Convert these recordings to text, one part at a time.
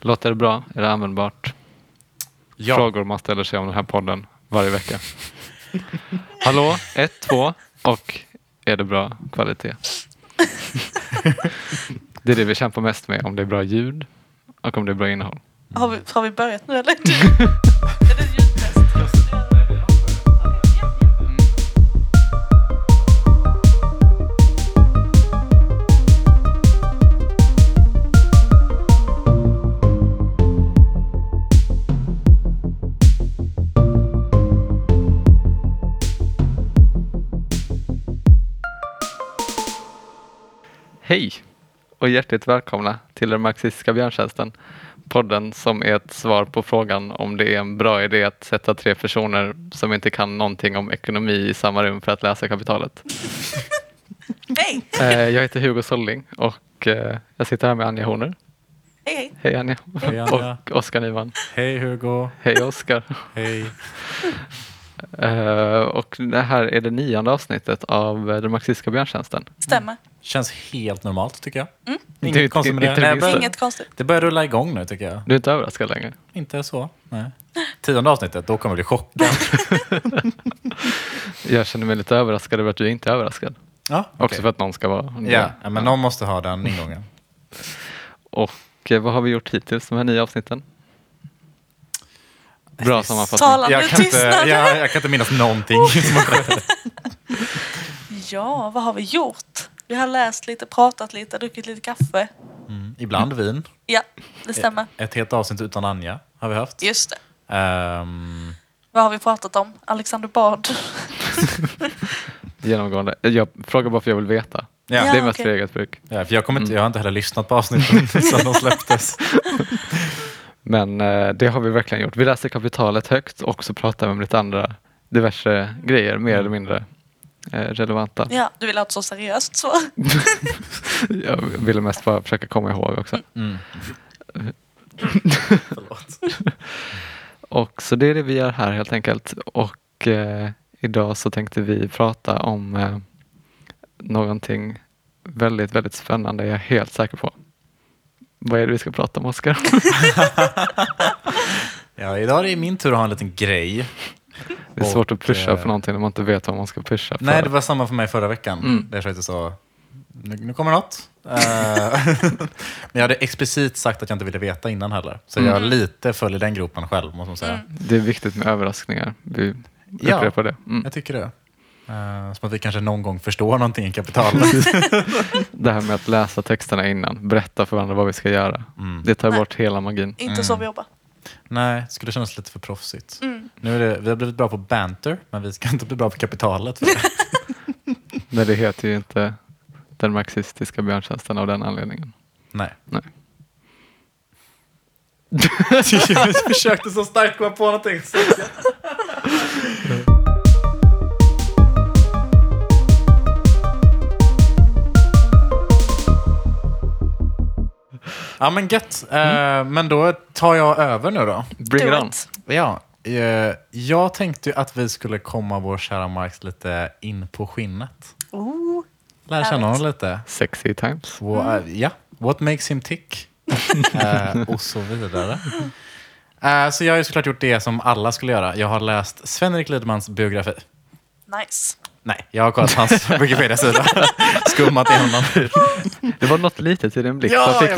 Låter det bra? Är det användbart? Ja. Frågor man ställer sig om den här podden varje vecka. Hallå, 1, 2 och är det bra kvalitet? Det är det vi kämpar mest med, om det är bra ljud och om det är bra innehåll. Har vi börjat nu eller? Är det ljudtest? Hej och hjärtligt välkomna till den marxistiska björntjänsten. Podden som är ett svar på frågan om det är en bra idé att sätta 3 personer som inte kan någonting om ekonomi i samma rum för att läsa kapitalet. Hej! Jag heter Hugo Solling och jag sitter här med Anja Horner. Hej, hej. Hej Anja. Hej, Anja. Och Oskar Nyman. Hej Hugo. Hej Oskar. Hej. Och det här är det 9:e avsnittet av den marxistiska björntjänsten. Stämmer. Känns helt normalt tycker jag. Det är Inget konstigt med inte det. det Nej, minsta. Inget konstigt. det börjar rulla igång nu tycker jag. Du är inte överraskad längre? Inte så. Nej. 10:e avsnittet, då kommer jag bli chockad. Jag känner mig lite överraskad över att du inte är överraskad. Ja, Också okej. för att någon ska vara... Ja, men någon måste ha den ingången. Och vad har vi gjort hittills de här 9 avsnitten? Bra sammanfattning. Talande Jag kan, inte, tystnad. jag kan inte minnas någonting som har skett. Ja, vad har vi gjort? Vi har läst lite, pratat lite, druckit lite kaffe. Ibland vin. Ja, det stämmer. Ett helt avsnitt utan Anja har vi haft. Just det. Ehm, Vad har vi pratat om? Alexander Bard. Genomgående. Jag frågar bara för jag vill veta. ja. Det är mest okej. för eget bruk. Ja, för jag har inte heller lyssnat på avsnitten sedan de släpptes. Men det har vi verkligen gjort. Vi läser kapitalet högt och så pratar vi om lite andra diverse grejer, mer eller mindre relevanta. Ja, du vill ha ett så seriöst svar. Jag ville mest bara försöka komma ihåg också. Förlåt. Och så det är det vi gör här helt enkelt. Och idag så tänkte vi prata om någonting väldigt, väldigt spännande. Jag är helt säker på. Vad är det vi ska prata om, Oskar? Ja, idag är det min tur att ha en liten grej. Det är svårt att Och, pusha för någonting när man inte vet vad man ska pusha för. Nej, det var samma för mig förra veckan. Där jag inte så, nu kommer något. Men jag hade explicit sagt att jag inte ville veta innan heller. Så jag lite följer den gropen själv, måste man säga. Det är viktigt med överraskningar. Vi Ja. upprepar det. Jag tycker det. Som att vi kanske någon gång förstår någonting i kapitalet. Det här med att läsa texterna innan. Berätta för varandra vad vi ska göra. Det tar bort hela magin. Inte så vi jobbar. Nej, det skulle kännas lite för proffsigt. Nu är det, vi har blivit bra på banter, men vi ska inte bli bra på kapitalet. För det. Men det heter ju inte den marxistiska björntjänsten av den anledningen. Nej. Nej. Jag försökte så starkt komma på någonting. Ja, men gött. Men då tar jag över nu då. Bring Do it on. it. Ja, jag tänkte ju att vi skulle komma vår kära Marx lite in på skinnet. Lära känna honom lite. Sexy times. Ja, what makes him tick? Och så vidare. Så jag har ju såklart gjort det som alla skulle göra. Jag har läst Sven-Erik Lidmans biografi. Nice. Nej, jag har kollat hans Wikipedia-sida. Skummat igenom den. Det var något litet i din blick. Ja, Så fick jag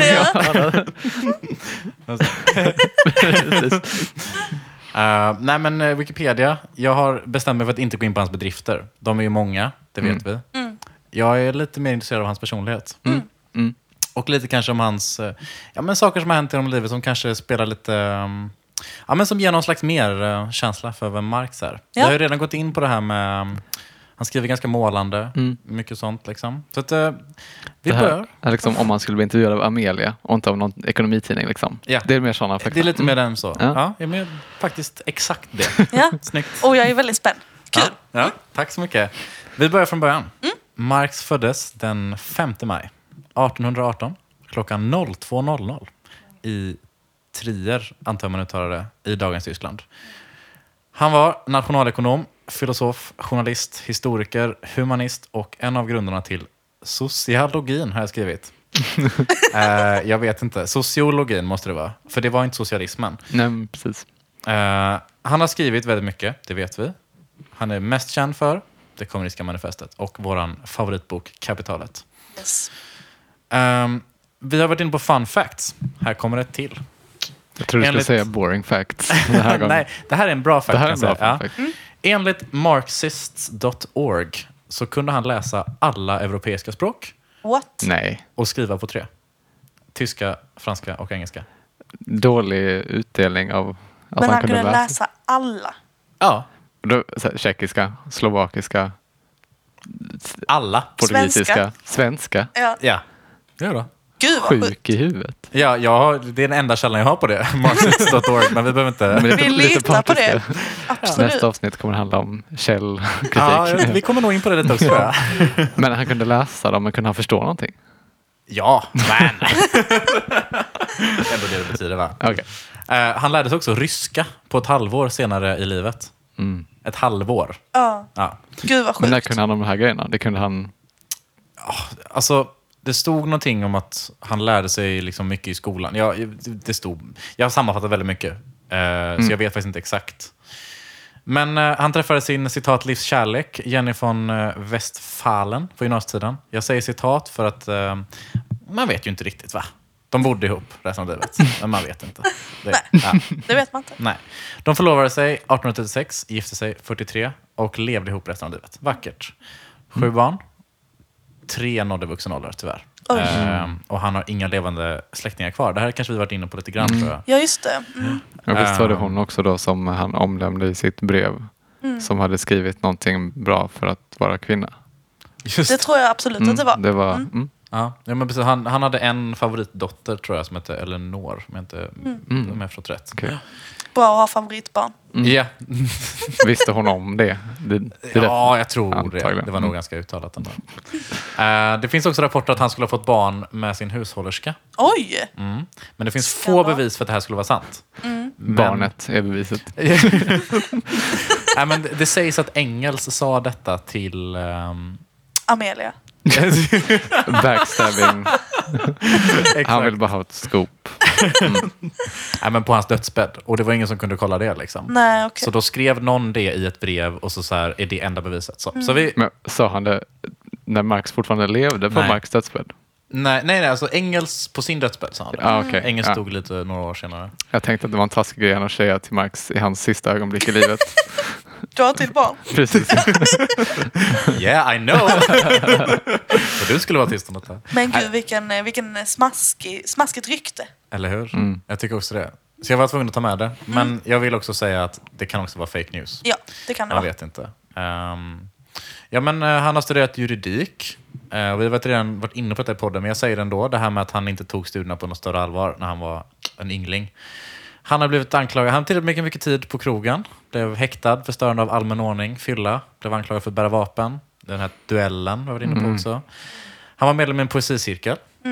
Precis. Nej, men Wikipedia. Jag har bestämt mig för att inte gå in på hans bedrifter. De är ju många, det vet vi. Jag är lite mer intresserad av hans personlighet. Och lite kanske om hans saker som har hänt genom livet som kanske spelar lite... men som ger någon slags mer känsla för vem Marx är. Jag har ju redan gått in på det här med... Han skriver ganska målande, mycket sånt liksom. Så att vi Det börjar. här är liksom om man skulle bli intervjuad av Amelia och inte av någon ekonomitidning. Liksom. Ja. Det är mer sådana Det är lite mer den så. Ja. Ja, jag är faktiskt exakt det. Ja. Snyggt. Och jag är väldigt spänd. Kul. Ja, tack så mycket. Vi börjar från början. Marx föddes den 5 maj 1818 klockan 02.00 i Trier, antar man uttalar det, i dagens Tyskland. Han var nationalekonom, filosof, journalist, historiker, humanist och en av grundarna till sociologin har jag skrivit. Jag vet inte. Sociologin måste det vara. För det var inte socialismen. Nej, precis. Han har skrivit väldigt mycket, det vet vi. Han är mest känd för Det kommunistiska manifestet och våran favoritbok Kapitalet. Yes. Vi har varit inne på fun facts. Här kommer ett till. Jag tror du skulle säga boring facts den här gången. Nej, det här är en bra fact. Det här är en bra fact. Enligt Marxists.org så kunde han läsa alla europeiska språk What? Nej. och skriva på 3. Tyska, franska och engelska. Dålig utdelning av att Men han kunde läsa alla. Ja, Tjeckiska, slovakiska, alla. portugisiska, svenska. Ja. Ja, ja då. Gud vad sjukt. Sjuk i huvudet. Ja, det är den enda källan jag har på det. Marxists.org, men vi behöver inte... Men det är Vi lite litar på det. partiska. Absolut. Nästa avsnitt kommer handla om källkritik. Ja, vi kommer nog in på det lite också, tror jag. Men han kunde läsa dem, men kunde han förstå någonting? Ja, men... Ändå det betyder, va? Okej. Han lärde sig också ryska på ett halvår senare i livet. Mm. Ett halvår. Ja. Ja. Gud vad Men när sjukt. kunde han de här grejerna? Det kunde han... Alltså, det stod någonting om att han lärde sig liksom mycket i skolan. Det stod... Jag har sammanfattat väldigt mycket. Så jag vet faktiskt inte exakt. Men han träffade sin citat livskärlek, Jenny von Westphalen, på gymnasietiden. Jag säger citat för att man vet ju inte riktigt, va? De bodde ihop resten av livet, men man vet inte. Det vet man inte. Nej. De förlovade sig 1836, gifte sig 43 och levde ihop resten av livet. Vackert. 7 barn. 3 nådde vuxen ålder, tyvärr. Och han har inga levande släktingar kvar. Det här kanske vi varit inne på lite grann, tror jag. Ja, just det. Mm. Ja, visst var det hon också då som han omnämnde i sitt brev. Som hade skrivit någonting bra för att vara kvinna. Just. Det tror jag absolut att det var. Det var... Ja, men precis. Han hade en favoritdotter, tror jag, som hette Eleanor. Om jag förstått rätt. Okay. Bra att ha favoritbarn. Ja. Visste hon om det? Ja, jag tror antagligen. det. Det var nog ganska uttalat ändå. Det finns också rapporter att han skulle ha fått barn med sin hushållerska. Oj! Men det finns få bevis för att det här skulle vara sant. Barnet är beviset. Nej, men det sägs att Engels sa detta till... Amelia. Backstabbing. Han vill bara ha ett scoop. Nej, men på hans dödsbädd. Och det var ingen som kunde kolla det, liksom. Nej, okej. Så då skrev någon det i ett brev och så här, är det enda beviset. Så vi... Men sa han det när Marx fortfarande levde på Marx dödsbädd? Nej, alltså Engels på sin dödsbädd sa han det. Okay. Engels dog lite några år senare. Jag tänkte att det var en taskig grej att säga till Marx i hans sista ögonblick i livet. Du har till barn. Precis. Yeah, I know. Så du skulle vara tyst om detta. Men gud, vilken smaskigt rykte. Eller hur? Jag tycker också det. Så jag var tvungen att ta med det. Men jag vill också säga att det kan också vara fake news. Ja, det kan det Jag vara. vet inte. Ja, men han har studerat juridik. Vi har redan varit inne på det i podden, men jag säger ändå det här med att han inte tog studierna på något större allvar när han var en yngling. Han har blivit anklagad. Han har tillräckligt mycket tid på krogen. Blev häktad för störande av allmän ordning, fylla. Blev anklagad för att bära vapen. Den här duellen var vi inne på också. Han var medlem i en poesicirkel.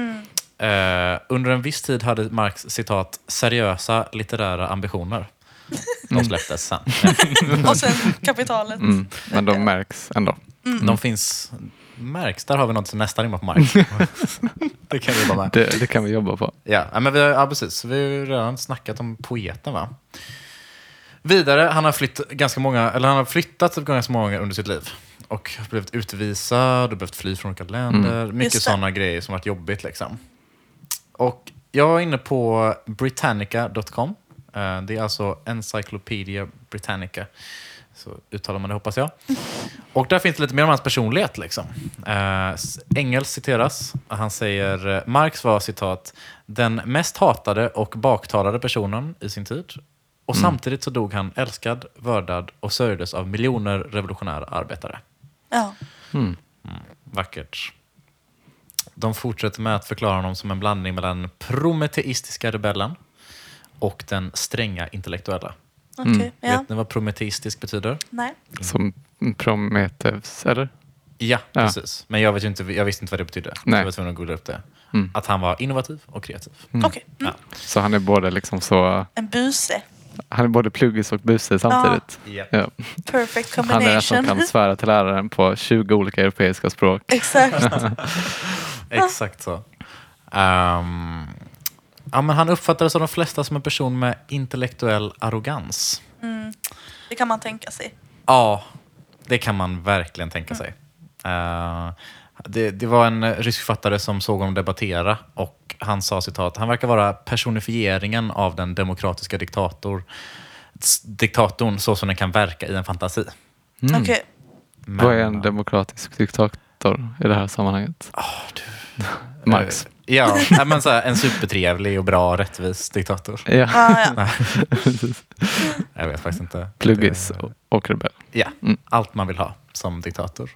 Under en viss tid hade Marx, citat, seriösa litterära ambitioner. De släpptes sen. Och sen kapitalet. Men de märks ändå. De finns... Marx, där har vi något som nästan rimmar på Marx. Det kan vi jobba med. Det kan vi jobba på. Ja, men precis. Vi har redan snackat om poeten, va? Vidare, han har flyttat ganska många gånger under sitt liv. Och blivit utvisad och behövt fly från olika länder. Mycket sådana grejer som varit jobbigt, liksom. Och jag är inne på Britannica.com. Det är alltså Encyclopedia Britannica. Så uttalar man det, hoppas jag. Och där finns det lite mer om hans personlighet, liksom. Engels citeras. Han säger, Marx var, citat, den mest hatade och baktalade personen i sin tid. Och samtidigt så dog han älskad, vördad och sörjdes av miljoner revolutionära arbetare. Ja. Vackert. De fortsätter med att förklara honom som en blandning mellan prometeistiska rebellen och den stränga intellektuella. Okej, ja. Vet ni vad prometeistisk betyder? Nej. Som Prometheus, eller? Ja, precis. Men jag visste inte vad det betydde. Nej. Jag var tvungen att googla upp det. Att han var innovativ och kreativ. Okej. Ja. Så han är både liksom så... En buse. Han är både pluggis och buse samtidigt. Ja. Perfect Han är den som combination. kan svära till läraren på 20 olika europeiska språk. Exakt. Exakt så. Ja, men han uppfattades av de flesta som en person med intellektuell arrogans. Det kan man tänka sig. Ja, det kan man verkligen tänka sig. Det var en rysk författare som såg honom debattera och han sa citat: han verkar vara personifieringen av den demokratiska diktatorn så som den kan verka i en fantasi. Okej. Vad är en demokratisk diktator i det här sammanhanget? Marx. Ja, men så här, en supertrevlig och bra, rättvis diktator. Ja. Ja. Jag vet faktiskt inte. Pluggis och rebell. Ja, allt man vill ha som diktator.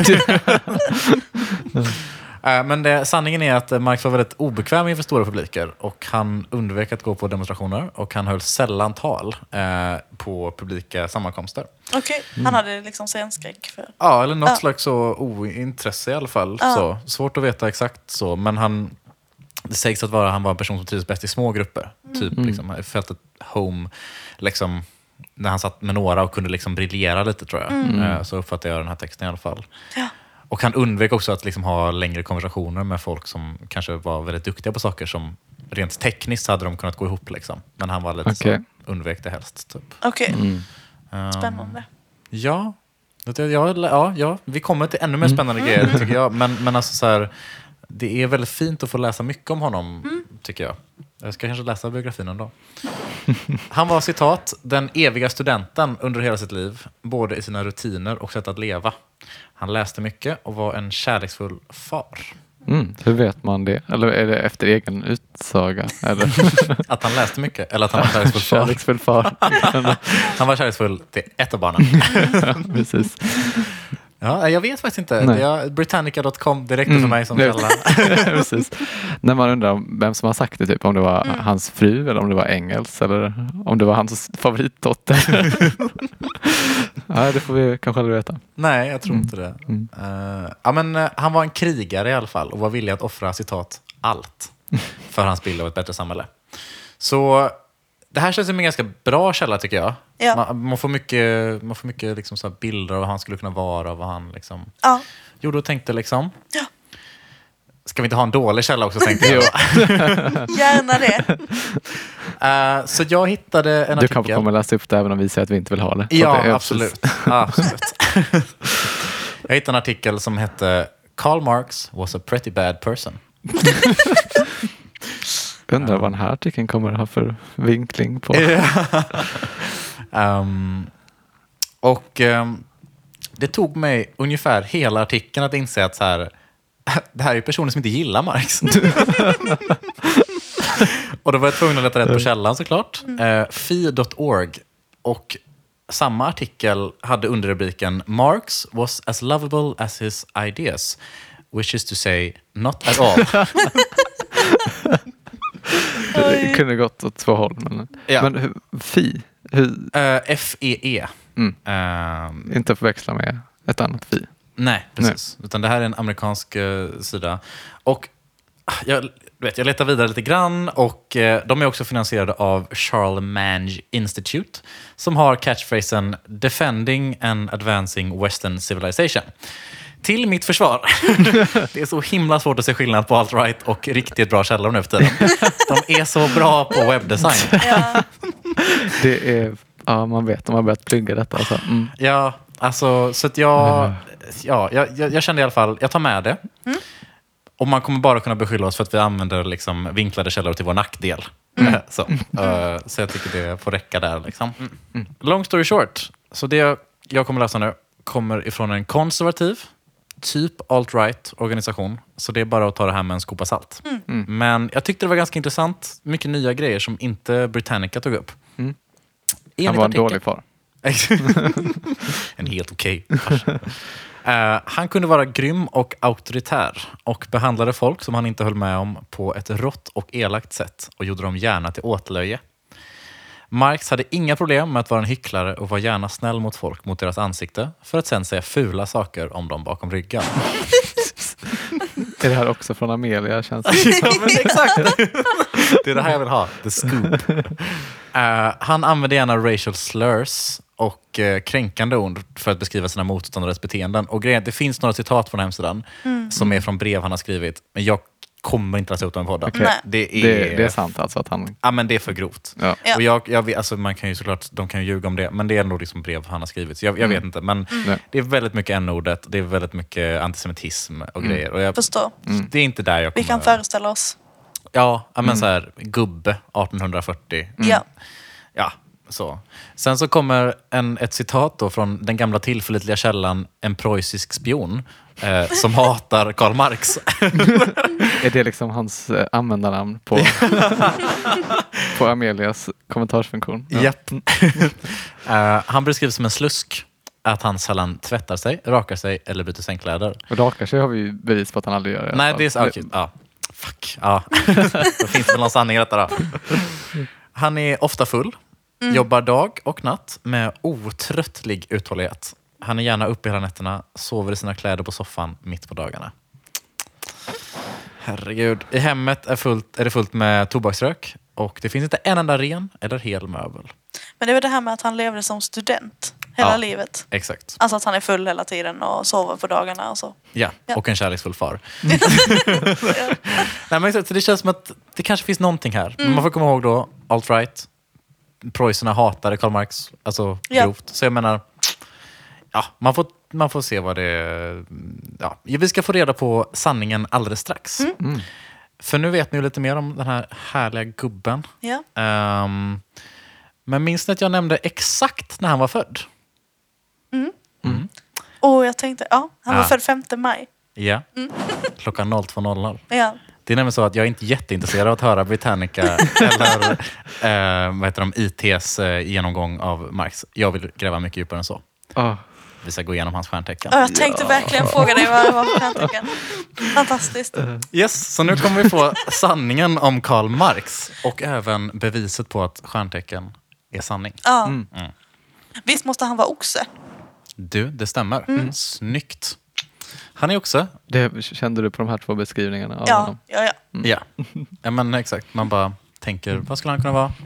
Men sanningen är att Marx var väldigt obekväm inför stora publiker och han undvek att gå på demonstrationer och han höll sällan tal på publika sammankomster. Okej. Han hade liksom scenskräck för... Ja, eller något slags så ointresse i alla fall. Så, svårt att veta exakt så, men det sägs att han var en person som trivs bäst i små grupper. Typ liksom, fältet home, liksom, när han satt med några och kunde liksom briljera lite, tror jag. Så uppfattar jag den här texten i alla fall. Ja. Och han undvek också att liksom ha längre konversationer med folk som kanske var väldigt duktiga på saker som rent tekniskt hade de kunnat gå ihop. Liksom. Men han var lite så undvek det helst. Typ. Okej. Spännande. Ja, vi kommer till ännu mer spännande grejer, tycker jag. Men alltså så här, det är väldigt fint att få läsa mycket om honom, tycker jag. Jag ska kanske läsa biografin en dag. Han var, citat, den eviga studenten under hela sitt liv, både i sina rutiner och sätt att leva. Han läste mycket och var en kärleksfull far. Hur vet man det? Eller är det efter egen utsaga? Eller? Att han läste mycket, eller att han var kärleksfull far. Han var kärleksfull till ett av barnen. Precis. Ja, jag vet faktiskt inte. Britannica.com direkt för mig som källa. Precis. När man undrar vem som har sagt det, typ om det var hans fru eller om det var Engels eller om det var hans favoritdotter. Ja, det får vi kanske aldrig veta. Nej, jag tror inte det. Han var en krigare i alla fall och var villig att offra, citat, allt för hans bild av ett bättre samhälle. Så det här känns som en ganska bra källa, tycker jag. Ja. Man får mycket liksom så här bilder av vad han skulle kunna vara, vad han liksom gjorde och tänkte liksom. Ja. Ska vi inte ha en dålig källa också, tänkte jag. Gärna det. Så jag hittade en artikel. Du kanske kommer läsa upp det även om vi säger att vi inte vill ha det. Ja, det absolut. Jag hittade en artikel som hette Karl Marx was a pretty bad person. Undrar vad den här artikeln kommer att ha för vinkling på. Det tog mig ungefär hela artikeln att inse att så här, det här är personer som inte gillar Marx. Och då var jag tvungen att leta rätt på källan, såklart. Fi.org. Och samma artikel hade underrubriken Marx was as lovable as his ideas, which is to say not at all. Det kunde gått åt två håll. Men Fi? F-E-E. Inte att förväxla med ett annat Fi. Nej, precis. Utan det här är en amerikansk sida. Och jag letar vidare lite grann och de är också finansierade av Charlemagne Institute som har catchphrasen Defending and Advancing Western Civilization. Till mitt försvar. Det är så himla svårt att se skillnad på alt-right och riktigt bra källor nu för tiden. De är så bra på webbdesign. Ja. Det är, man vet, de har börjat plugga detta. Alltså. Ja, alltså så att jag kände i alla fall, jag tar med det. Och man kommer bara kunna beskylla oss för att vi använder liksom vinklade källor till vår nackdel. Så jag tycker det får räcka där. Liksom. Long story short, så det jag kommer läsa nu kommer ifrån en konservativ, typ alt-right organisation. Så det är bara att ta det här med en skopa salt. Men jag tyckte det var ganska intressant. Mycket nya grejer som inte Britannica tog upp. Han var en dålig far. En helt okej. Han kunde vara grym och auktoritär och behandlade folk som han inte höll med om på ett rått och elakt sätt och gjorde dem gärna till åtlöje. Marx hade inga problem med att vara en hycklare och var gärna snäll mot folk mot deras ansikte för att sen säga fula saker om dem bakom ryggen. Är det här också från Amelia, känns det? Ja, men exakt. Det är det här jag vill ha. The scoop. Han använde gärna racial slurs och kränkande ord för att beskriva sina motståndares beteenden. Och grejen, det finns några citat från hemsidan som är från brev han har skrivit. Men jag kommer inte läsa ut dem i podden. Nej. Det är sant alltså att han... Ja, men det är för grovt. Ja. Ja. Och jag vet, alltså man kan ju såklart, de kan ju ljuga om det, men det är ändå liksom brev han har skrivit. Så jag vet inte, men det är väldigt mycket n-ordet, det är väldigt mycket antisemitism och grejer. Och Förstår. det är inte där jag kommer... Vi kan föreställa oss. Ja, men så här, gubbe 1840. Ja, så. Sen så kommer ett citat då från den gamla tillförlitliga källan En preussisk spion som hatar Karl Marx. Är det liksom hans användarnamn på Amelias kommentarsfunktion? Ja. Japp. Han beskrivs som en slusk. Att han sällan tvättar sig, rakar sig eller byter sängkläder. Och rakar sig har vi ju bevis på att han aldrig gör det. Nej, det är så... Okay. Ja. Fuck. Ja. Då finns det väl någon sanning i detta då. Han är ofta full. Jobbar dag och natt med otröttlig uthållighet. Han är gärna uppe hela nätterna, sover i sina kläder på soffan mitt på dagarna. Herregud. I hemmet är det fullt med tobaksrök och det finns inte en enda ren eller hel möbel. Men det var det här med att han levde som student hela livet. Exakt. Alltså att han är full hela tiden och sover på dagarna och så. Ja, och en kärleksfull far. Nej, men exakt, så det känns som att det kanske finns någonting här. Men man får komma ihåg då, alt-right. Preussarna hatade Karl Marx, alltså grovt. Så jag menar, ja, man får se vad det är. Ja, vi ska få reda på sanningen alldeles strax. För nu vet ni ju lite mer om den här härliga gubben. Ja. Men minns ni att jag nämnde exakt när han var född? Och jag tänkte, han var född 5 maj. Ja, klockan 02.00. Ja. Det är nämligen så att jag är inte jätteintresserad av att höra Britannica eller vad heter de, ITs genomgång av Marx. Jag vill gräva mycket djupare än så. Vi ska gå igenom hans stjärntecken. Jag tänkte verkligen fråga dig vad det var för stjärntecken. Fantastiskt. Yes, så nu kommer vi få sanningen om Karl Marx och även beviset på att stjärntecken är sanning. Ja. Visst måste han vara oxe? Du, det stämmer. Snyggt. Han är också... Det kände du på de här 2 beskrivningarna av honom? Ja, men exakt. Man bara tänker, vad skulle han kunna vara?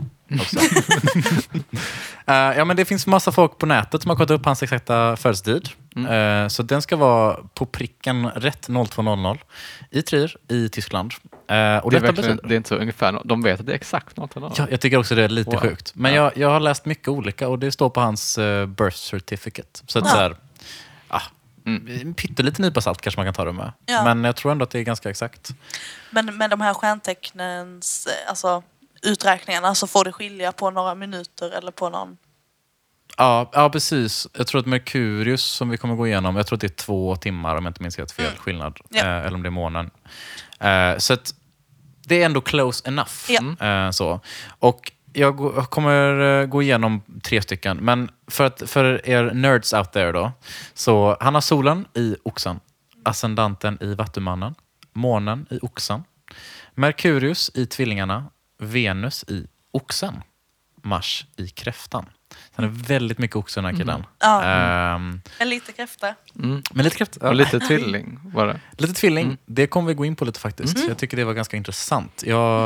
Ja, men det finns massa folk på nätet som har kollat upp hans exakta födelsetid. Så den ska vara på pricken rätt 02.00 i Trier i Tyskland. Och det är inte så ungefär. De vet att det är exakt 02.00. Ja, jag tycker också det är lite sjukt. Men jag har läst mycket olika och det står på hans birth certificate. Så att så här, en pytteliten nypa salt kanske man kan ta det med. Ja. Men jag tror ändå att det är ganska exakt. Men med de här stjärntecknens uträkningarna så får det skilja på några minuter eller på någon... Ja, precis. Jag tror att Merkurius som vi kommer gå igenom, jag tror att det är 2 timmar om jag inte minns helt fel skillnad. Eller om det är månen. Så att det är ändå close enough. Så. Och jag kommer gå igenom 3 stycken. Men för er nerds out there då. Så han har solen i oxen. Ascendanten i vattumannen. Månen i oxen. Merkurius i tvillingarna. Venus i oxen. Mars i kräftan. Han är väldigt mycket oxen, den här killen. Men lite kräfta. Men lite kräfta. Och lite tvilling var det. Lite tvilling. Det kommer vi gå in på lite faktiskt. Jag tycker det var ganska intressant.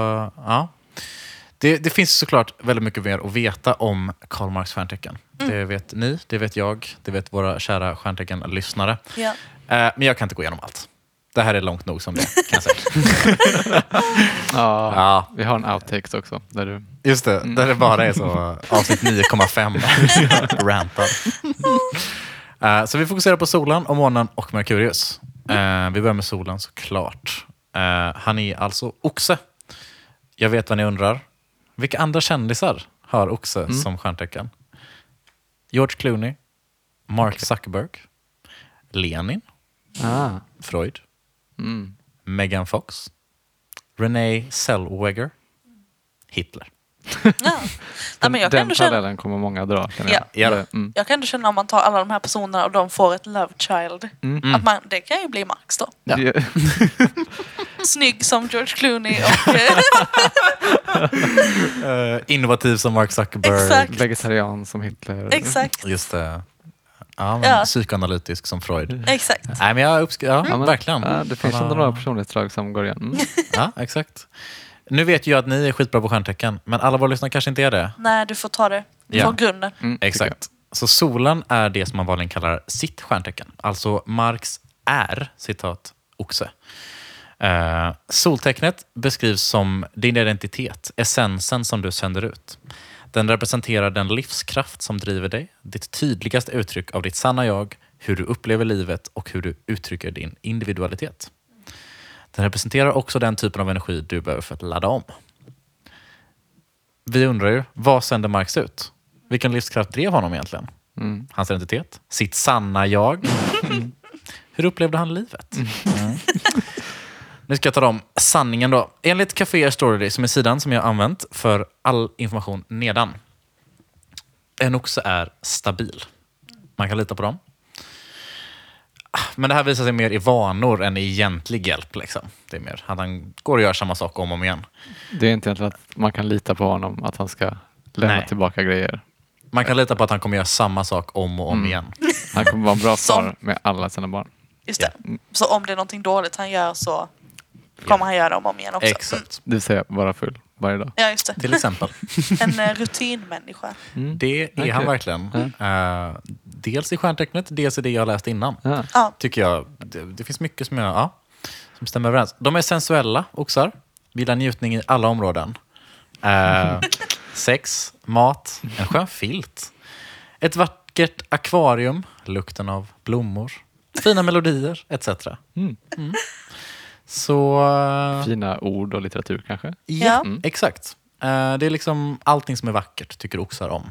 Det finns såklart väldigt mycket mer att veta om Karl Marx stjärntecken. Det vet ni, det vet jag, det vet våra kära stjärntecken-lyssnare. Ja. Men jag kan inte gå igenom allt. Det här är långt nog som det, kan jag säga. Vi har en outtakes också. Där du... Just det, där det bara är så avsnitt 9,5 rantad. Så vi fokuserar på solen och månen och Merkurius. Vi börjar med solen såklart. Han är alltså oxe. Jag vet vad ni undrar. Vilka andra kändisar har oxe som stjärntecken? George Clooney, Mark Zuckerberg, Lenin, Freud, Megan Fox, Renee Zellweger, Hitler. Men jag kan Den ändå känna... parallellen kommer många dra. Jag kan ändå känna om man tar alla de här personerna och de får ett love child. Att det kan ju bli Marx då. Ja. Snygg som George Clooney och... Innovativ som Mark Zuckerberg. Exakt. Vegetarian som Hitler. Exakt. Just det. Ja, psykoanalytisk som Freud. Exakt. Nej, men jag verkligen. Det finns ändå några personlighetsdrag som går igen. Ja, exakt. Nu vet jag att ni är skitbra på stjärntecken, men alla våra lyssnare kanske inte är det. Nej, du får ta det från grunden. Exakt. Så solen är det som man vanligen kallar sitt stjärntecken. Alltså Marx är, citat, oxe. Soltecknet beskrivs som din identitet, essensen som du sänder ut. Den representerar den livskraft som driver dig, ditt tydligaste uttryck av ditt sanna jag, hur du upplever livet och hur du uttrycker din individualitet. Den representerar också den typen av energi du behöver för att ladda om. Vi undrar ju, vad sänder Marx ut? Vilken livskraft drev honom egentligen? Hans identitet? Sitt sanna jag? Hur upplevde han livet? Nu ska jag ta om sanningen då. Enligt Café Story, som är sidan som jag har använt för all information nedan. En oxe är stabil. Man kan lita på dem. Men det här visar sig mer i vanor än i egentlig hjälp. Liksom. Det är mer att han går och gör samma sak om och om igen. Det är inte egentligen att man kan lita på honom, att han ska lämna tillbaka grejer. Man kan lita på att han kommer göra samma sak om och om igen. Han kommer vara en bra far med alla sina barn. Just det. Så om det är någonting dåligt han gör så kommer han göra det om och om igen också. Exakt. Det vill säga vara full varje dag. Ja, just det. Till exempel. En rutinmänniska. Det är han verkligen. Dels i stjärntecknet, dels i det jag läst innan. Tycker jag. Det finns mycket som stämmer överens. De är sensuella oxar. Gillar njutning i alla områden. Sex, mat, en skön filt. Ett vackert akvarium, lukten av blommor, fina melodier, etc. Så... Fina ord och litteratur kanske? Ja, exakt. Det är liksom allting som är vackert tycker oxar om.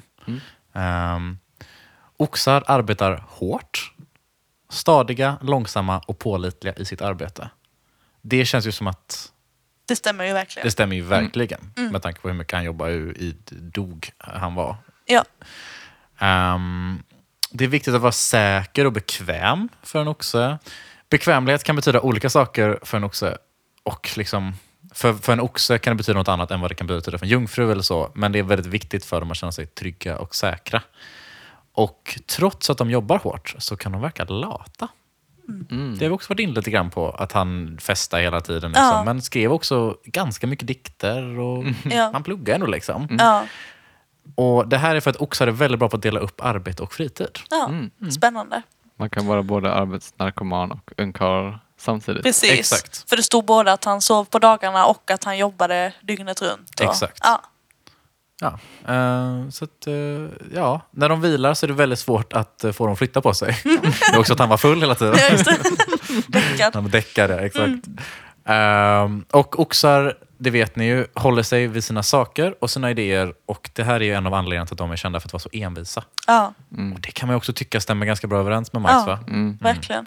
Oxar arbetar hårt, stadiga, långsamma och pålitliga i sitt arbete. Det känns ju som att... Det stämmer ju verkligen. Det stämmer ju verkligen. Med tanke på hur mycket han jobbar i dog han var. Ja. Det är viktigt att vara säker och bekväm för en oxe. Bekvämlighet kan betyda olika saker för en oxe. Och liksom, för en oxe kan det betyda något annat än vad det kan betyda för en jungfru eller så. Men det är väldigt viktigt för dem att känna sig trygga och säkra. Och trots att de jobbar hårt så kan de verka lata. Det har vi också varit in lite grann på att han festar hela tiden. Liksom. Men skrev också ganska mycket dikter och han pluggar ändå liksom. Och det här är för att oxar är väldigt bra på att dela upp arbete och fritid. Spännande. Man kan vara både arbetsnarkoman och ungkarl samtidigt. Precis. Exakt. För det stod både att han sov på dagarna och att han jobbade dygnet runt. Och, exakt. Så att, när de vilar så är det väldigt svårt att få dem flytta på sig. Det är också att han var full hela tiden. Ja, just det. Däckad. Han var däckade, exakt. Och oxar, det vet ni ju, håller sig vid sina saker och sina idéer. Och det här är ju en av anledningarna till att de är kända för att vara så envisa. Och det kan man ju också tycka stämmer ganska bra överens med Marx, va? Verkligen.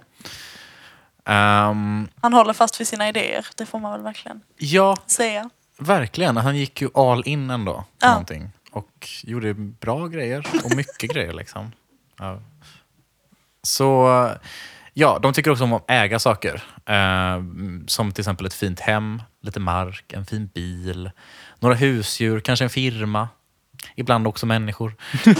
Han håller fast vid sina idéer, det får man väl verkligen säga. Verkligen. Han gick ju all in ändå på någonting. Och gjorde bra grejer och mycket grejer liksom. Så de tycker också om att äga saker. Som till exempel ett fint hem, lite mark, en fin bil, några husdjur, kanske en firma. Ibland också människor.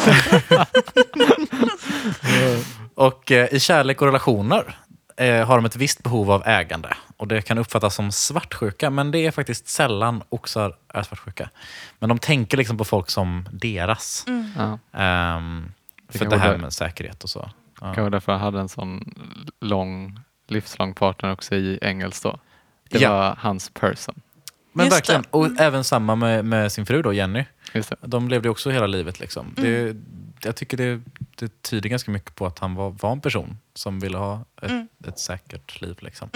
Och i kärlek och relationer har de ett visst behov av ägande. Och det kan uppfattas som svartsjuka, men det är faktiskt sällan oxar är svartsjuka. Men de tänker liksom på folk som deras. För det här med säkerhet och så. Kanske därför jag hade en sån livslång partner också i Engels då. Det var hans person. Men verkligen, och även samma med sin fru då, Jenny. Just det. De levde också hela livet liksom. Jag tycker det tyder ganska mycket på att han var en person som ville ha ett säkert liv liksom.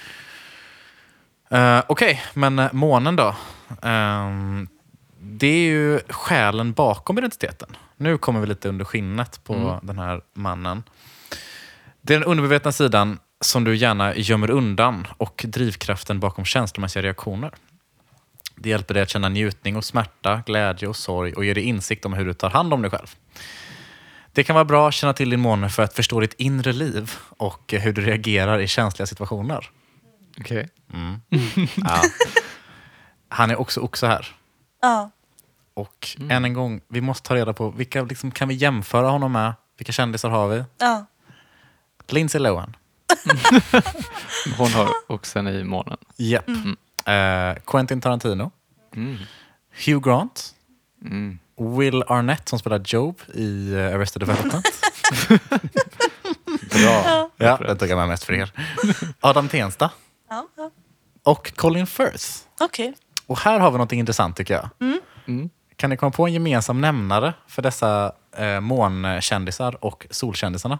Okej, men månen då? Det är ju själen bakom identiteten. Nu kommer vi lite under skinnet på den här mannen. Det är den underbevetna sidan som du gärna gömmer undan och drivkraften bakom känslomässiga reaktioner. Det hjälper dig att känna njutning och smärta, glädje och sorg och ger dig insikt om hur du tar hand om dig själv. Det kan vara bra att känna till din måne för att förstå ditt inre liv och hur du reagerar i känsliga situationer. Okej. Han är också här. Ja. Och än en gång, vi måste ta reda på vilka liksom, kan vi jämföra honom med? Vilka kändisar har vi? Ja. Lindsay Lohan. Hon har oxen i månen. Japp. Quentin Tarantino. Hugh Grant. Will Arnett som spelar Job i Arrested Development. Bra. Ja, det tog jag med mest för er. Adam Tensta. Ja. och Colin Firth. Okej. Och här har vi något intressant tycker jag. Kan ni komma på en gemensam nämnare för dessa månkändisar och solkändisarna?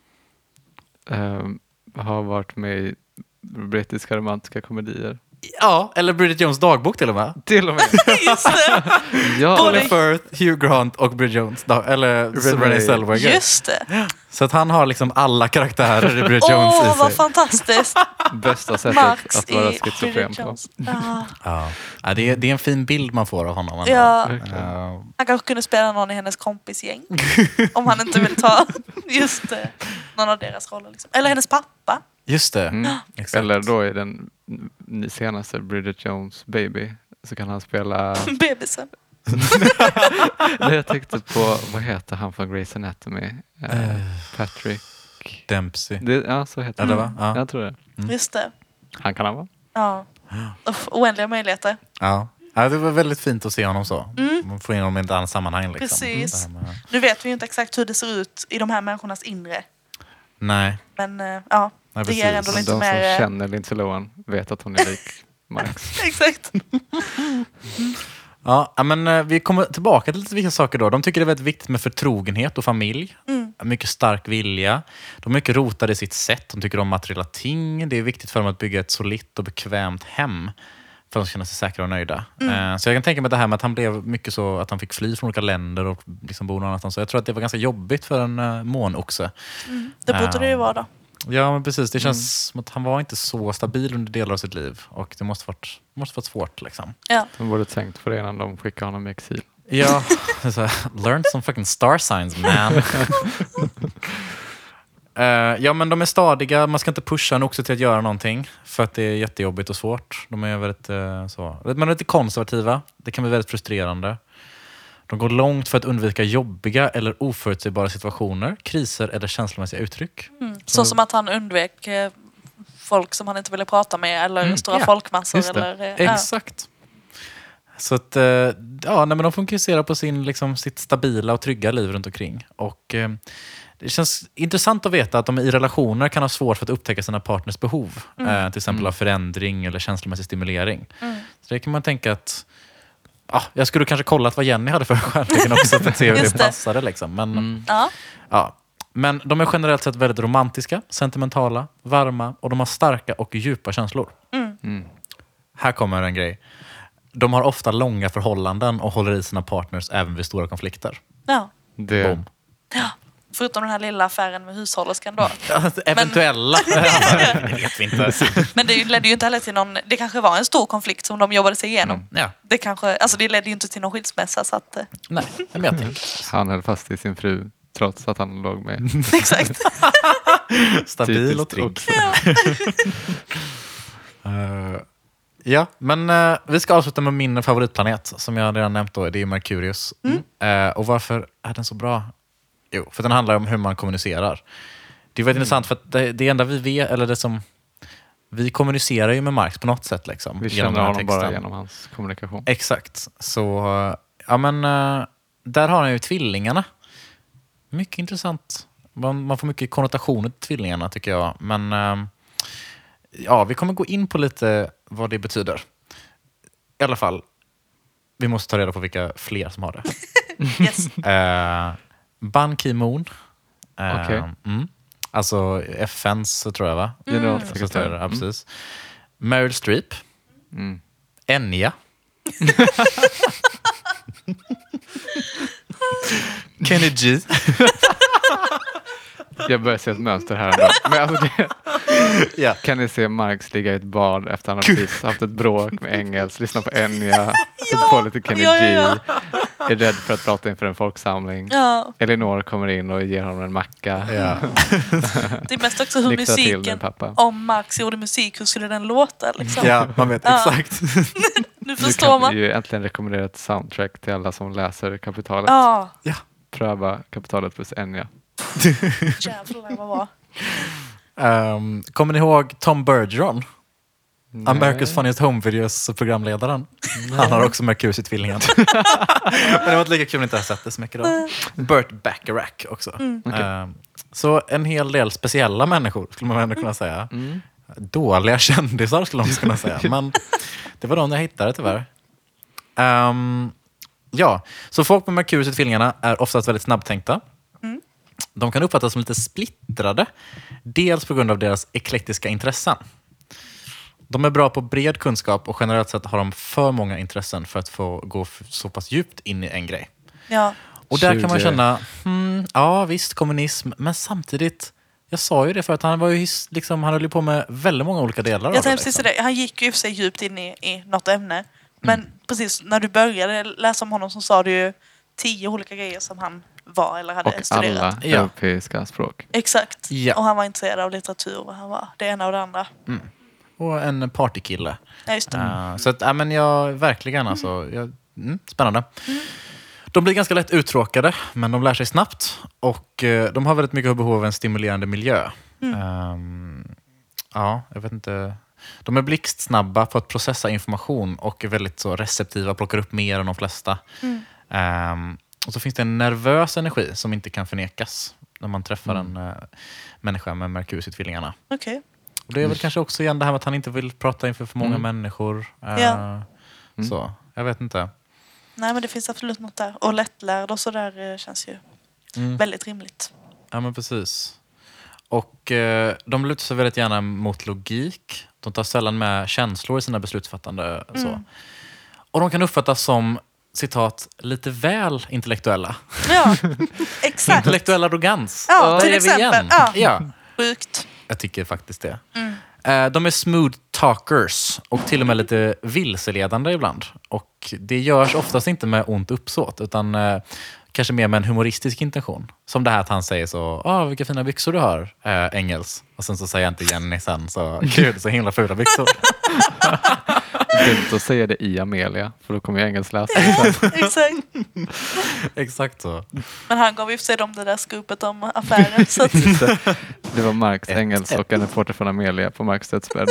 Har varit med i brittiska romantiska komedier. Ja, eller Bridget Jones dagbok till och med. Till och med. Just det. Ja, Colin Firth, Hugh Grant och Bridget Jones. Eller Renée Zellweger. Just det. Så att han har liksom alla karaktärer i Bridget Jones i sig. Vad fantastiskt. bästa sättet Max att vara i schizofren Bridget på. Jones. Ja. Ja, det är en fin bild man får av honom. Ja. Ja. Han kanske kunde spela någon i hennes kompisgäng. Om han inte vill ta just någon av deras roller. Liksom. Eller hennes pappa. Just det. Exakt. Eller då i den senaste Bridget Jones Baby så kan han spela... Bebisen. Det jag tänkte på, vad heter han från Grey's Anatomy? Patrick... Dempsey. Ja, så heter han. Eller va? Ja. Jag tror det. Just det. Han kan han vara. Ja. Oändliga möjligheter. Ja. Ja, det var väldigt fint att se honom så. Man får in honom i ett annat sammanhang. Liksom. Precis. Det här med- Nu vet vi ju inte exakt hur det ser ut i de här människornas inre. Nej. Men ja, Nej, det ger precis. ändå De lite som mer... känner Lindsay Lohan vet att hon är lik Marx. Exakt. Ja, men vi kommer tillbaka till lite vissa saker då. De tycker det är väldigt viktigt med förtrogenhet och familj. Mycket stark vilja. De är mycket rotade i sitt sätt. De tycker om materiella ting. Det är viktigt för dem att bygga ett solitt och bekvämt hem. För att de ska känna sig säkra och nöjda. Så jag kan tänka mig det här med att han blev mycket så att han fick fly från olika länder och liksom bo någon annanstans. Så jag tror att det var ganska jobbigt för en månoxe. Det borde det ju vara då. Ja, men precis. Det känns som att han var inte så stabil under delar av sitt liv. Och det måste varit svårt liksom. Ja. De borde tänkt på det innan de skickade honom i exil. Ja, så, learn some fucking star signs, man. Ja, men de är stadiga. Man ska inte pusha en också till att göra någonting. För att det är jättejobbigt och svårt. De är väldigt så. Men de är lite konservativa. Det kan bli väldigt frustrerande. De går långt för att undvika jobbiga eller oförutsägbara situationer, kriser eller känslomässiga uttryck. Så som att han undvek folk som han inte ville prata med eller stora ja. folkmassor. Just det. Eller, Exakt. Så att ja, nej, men de fokuserar på sitt stabila och trygga liv runt omkring. Och det känns intressant att veta att de i relationer kan ha svårt för att upptäcka sina partners behov. Till exempel av förändring eller känslomässig stimulering. Så det kan man tänka att jag skulle kanske kollat vad Jenny hade för stjärntecken också för att se hur Just det det. passade. Liksom. Men, Ja. ja. Men de är generellt sett väldigt romantiska, sentimentala, varma och de har starka och djupa känslor. Här kommer en grej. De har ofta långa förhållanden och håller i sina partners även vid stora konflikter. Ja. Det, Boom. Ja. Förutom den här lilla affären med hushållerskan då. Eventuella. Det vet vi inte. Men det ledde ju inte heller till någon... Det kanske var en stor konflikt som de jobbade sig igenom. Ja. Det ledde ju inte till någon skilsmässa så att... Nej, men jag tänker. han höll fast i sin fru trots att han låg med. Exakt. Stabil och Typiskt trygg. Ja, men vi ska avsluta med min favoritplanet som jag redan nämnt då. Det är Merkurius. Och varför är den så bra? Jo, för den handlar om hur man kommunicerar. Det är väldigt intressant för att det enda vi vet, eller det som... Vi kommunicerar ju med Marx på något sätt. Liksom, Vi genom känner den här honom bara texten. genom hans kommunikation. Exakt. Så, ja men, där har han ju tvillingarna. Mycket intressant. Man får mycket konnotationer till tvillingarna tycker jag. Men ja, vi kommer gå in på lite vad det betyder. I alla fall, vi måste ta reda på vilka fler som har det. Yes. Ban Ki-moon. Okej. Alltså FNs, tror jag va? Generalsekreterare. Ja, precis. Meryl Streep. Enya. Kenny G. Jag börjar se ett mönster här ändå. Men alltså Ja. kan ni se Marx ligga i ett bad efter han har precis haft ett bråk med Engels, lyssna på Enya, sätta på lite Kenny G, är rädd för att prata inför en folksamling. Ja. Elinor kommer in och ger honom en macka. Ja. Det är mest också hur Lyxa till musiken... den, pappa. Om Marx gjorde musik, hur skulle den låta? Liksom? Ja, man vet exakt. Nu Nu förstår kan man. vi ju äntligen rekommendera ett soundtrack till alla som läser Kapitalet. Ja, Ja. Pröva Kapitalet plus Enya. jävlar vad bra. Kommer ni ihåg Tom Bergeron? America's Funniest Home Videos programledaren. Han har också Merkurius i tvillingen. Men det var inte lika kul att inte ha sett det så mycket då. Burt Bacharach också. Så en hel del speciella människor skulle man ändå kunna säga. dåliga kändisar skulle man kunna säga. Men det var de jag hittade tyvärr. Ja, så folk med Merkurius i tvillingarna är oftast väldigt snabbtänkta. De kan uppfattas som lite splittrade. Dels på grund av deras eklektiska intressen. De är bra på bred kunskap och generellt sett har de för många intressen för att få gå så pass djupt in i en grej. Ja. Och där kan man känna, ja visst, kommunism, men samtidigt, jag sa ju det för att han var ju liksom, han höll ju på med väldigt många olika delar. Jag tänkte precis det. Han gick ju för sig djupt in i något ämne. Men precis när du började läsa om honom så sa du ju 10 olika grejer som han var eller hade och studerat. alla europeiska språk. Exakt. Ja. Och han var intresserad av litteratur och han var det ena och det andra. Och en partykille. Ja, just det. Så att, ja, men jag verkligen alltså, spännande. De blir ganska lätt uttråkade, men de lär sig snabbt. Och de har väldigt mycket behov av en stimulerande miljö. Ja, jag vet inte. De är blixtsnabba på att processa information och är väldigt så receptiva, plockar upp mer än de flesta. Och så finns det en nervös energi som inte kan förnekas när man träffar en människa med Merkurius i tvillingarna. Okej. Och det är väl kanske också igen det här med att han inte vill prata inför för många människor. Så, jag vet inte. Nej, men det finns absolut något där. Och lättlärd och sådär känns ju väldigt rimligt. Ja, men precis. Och de lutar sig väldigt gärna mot logik. De tar sällan med känslor i sina beslutsfattande. Så. Och de kan uppfattas som, citat, lite väl intellektuella. Ja, exakt. Intellektuell arrogans. Ja, till Där är vi exempel. igen. Ja. Sjukt. Jag tycker faktiskt det. De är smooth talkers och till och med lite vilseledande ibland. Och det görs oftast inte med ont uppsåt utan kanske mer med en humoristisk intention. Som det här att han säger så, vilka fina byxor du har, Engels. Och sen så säger jag inte Jenny sen, så gud, så himla fula byxor. Dumt att säga det i Amelia, för då kommer jag Engels läsa det sen. Exakt. Exakt så. Men han gav ju för sig dem det där skupet om affären. Så att... Det var Marx, Engels och en reporter från Amelia på Marx dödsbädd.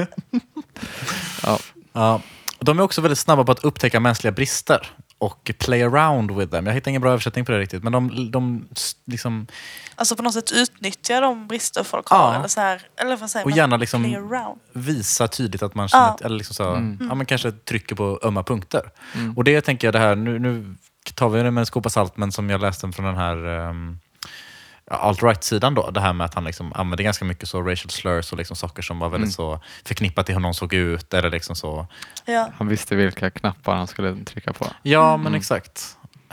Ja. De är också väldigt snabba på att upptäcka mänskliga brister och play around with them. Jag hittar ingen bra översättning på det riktigt, men de liksom... Alltså på något sätt utnyttjar de brister folk har. Eller så här, eller vad säger och man? gärna liksom Play around. visa tydligt att man känner, eller liksom så, ja, men kanske trycker på ömma punkter. Och det tänker jag det här, nu tar vi det med en skopa salt, men som jag läste från den här alt-right-sidan då, det här med att han liksom använde ganska mycket så racial slurs och liksom saker som var väldigt så förknippat till hur någon såg ut eller liksom så. Ja. Han visste vilka knappar han skulle trycka på. Ja, men exakt.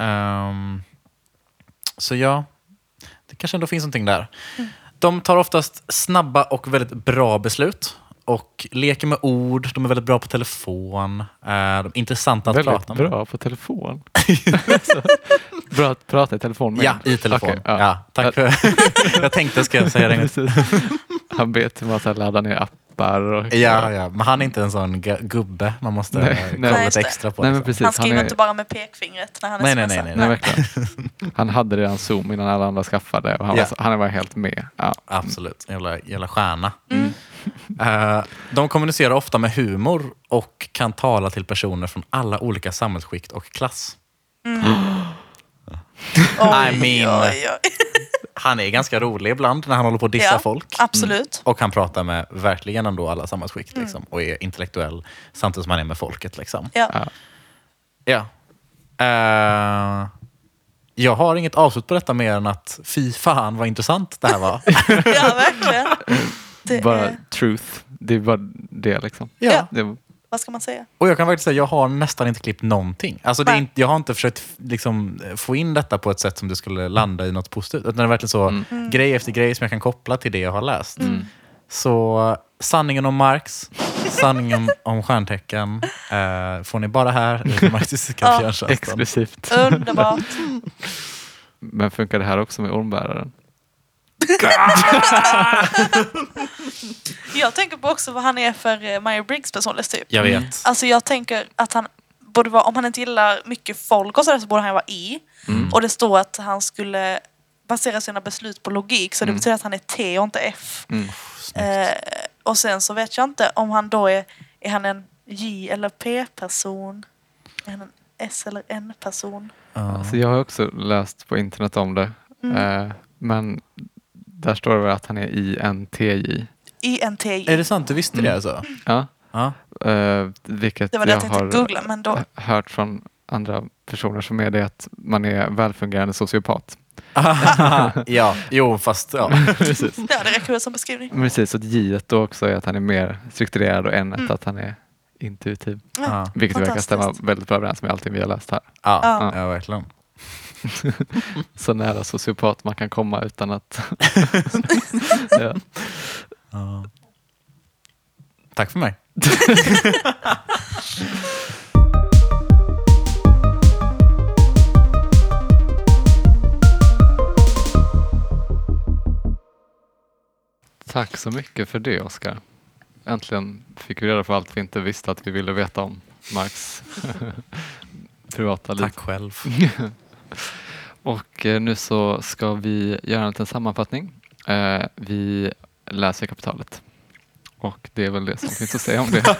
Så ja, det kanske ändå finns någonting där. De tar oftast snabba och väldigt bra beslut och leker med ord. De är väldigt bra på telefon. De är intressanta att prata med. Väldigt bra på telefon. Bra att prata i telefon med. Ja, i telefon. Okay, ja, tack för jag tänkte ska jag säga det. Han vet hur man ska ladda ner appar. Och... Ja, men han är inte en sån gubbe. Man måste kolla lite extra på. Nej, men precis. Han skriver inte bara med pekfingret när han är nej, verkligen. Han hade redan Zoom innan alla andra skaffade och han var helt med. Ja. Absolut, jävla stjärna. De kommunicerar ofta med humor och kan tala till personer från alla olika samhällsskikt och klass. Han är ganska rolig ibland när han håller på att dissa folk. Absolut. Och han pratar med verkligen ändå alla samhällsskikt liksom, och är intellektuell samtidigt som han är med folket. Liksom. Ja. Jag har inget avslut på detta mer än att fy fan vad intressant det här var. Ja, verkligen. Bara truth. Det är bara det liksom. Ja. Det... Vad ska man säga? Och jag kan faktiskt säga jag har nästan inte klippt någonting. Alltså jag har inte försökt liksom, få in detta på ett sätt som det skulle landa i något positivt. Utan det är verkligen så grej efter grej som jag kan koppla till det jag har läst. Så sanningen om Marx, sanningen om stjärntecken får ni bara här i marxistiska fjärrtjänsten. Exklusivt. Underbart. Men funkar det här också med ormbäraren? Jag tänker på också vad han är för Myers-Briggs personlighetstyp. Jag vet. Alltså jag tänker att han borde vara, om han inte gillar mycket folk och sådär, så borde han vara I. Och det står att han skulle basera sina beslut på logik, så det betyder att han är T och inte F. Och sen så vet jag inte om han då är han en J eller P-person, är han en S eller N-person. Alltså jag har också läst på internet om det. Men där står det väl att han är INTJ. INTJ. Är det sant? Du visste det alltså? Ja. Ja. Vilket Det var det jag jag tänkte har googla, men då... hört från andra personer som är det att man är välfungerande sociopat. Ja, jo fast ja. Precis. Ja, det räcker väl som beskrivning. Precis, och J då också är att han är mer strukturerad och N att han är intuitiv. Ja, Vilket verkar stämma fantastiskt. väldigt bra överens med allting vi har läst här. Ja, verkligen. Så nära sociopat man kan komma utan att... ja. Tack för mig. Tack så mycket för det, Oskar. Äntligen fick vi reda på allt vi inte visste att vi ville veta om Marks privata liv. Tack själv. Och nu så ska vi göra en liten sammanfattning. Vi läser kapitalet. Och det är väl det som finns att säga om det.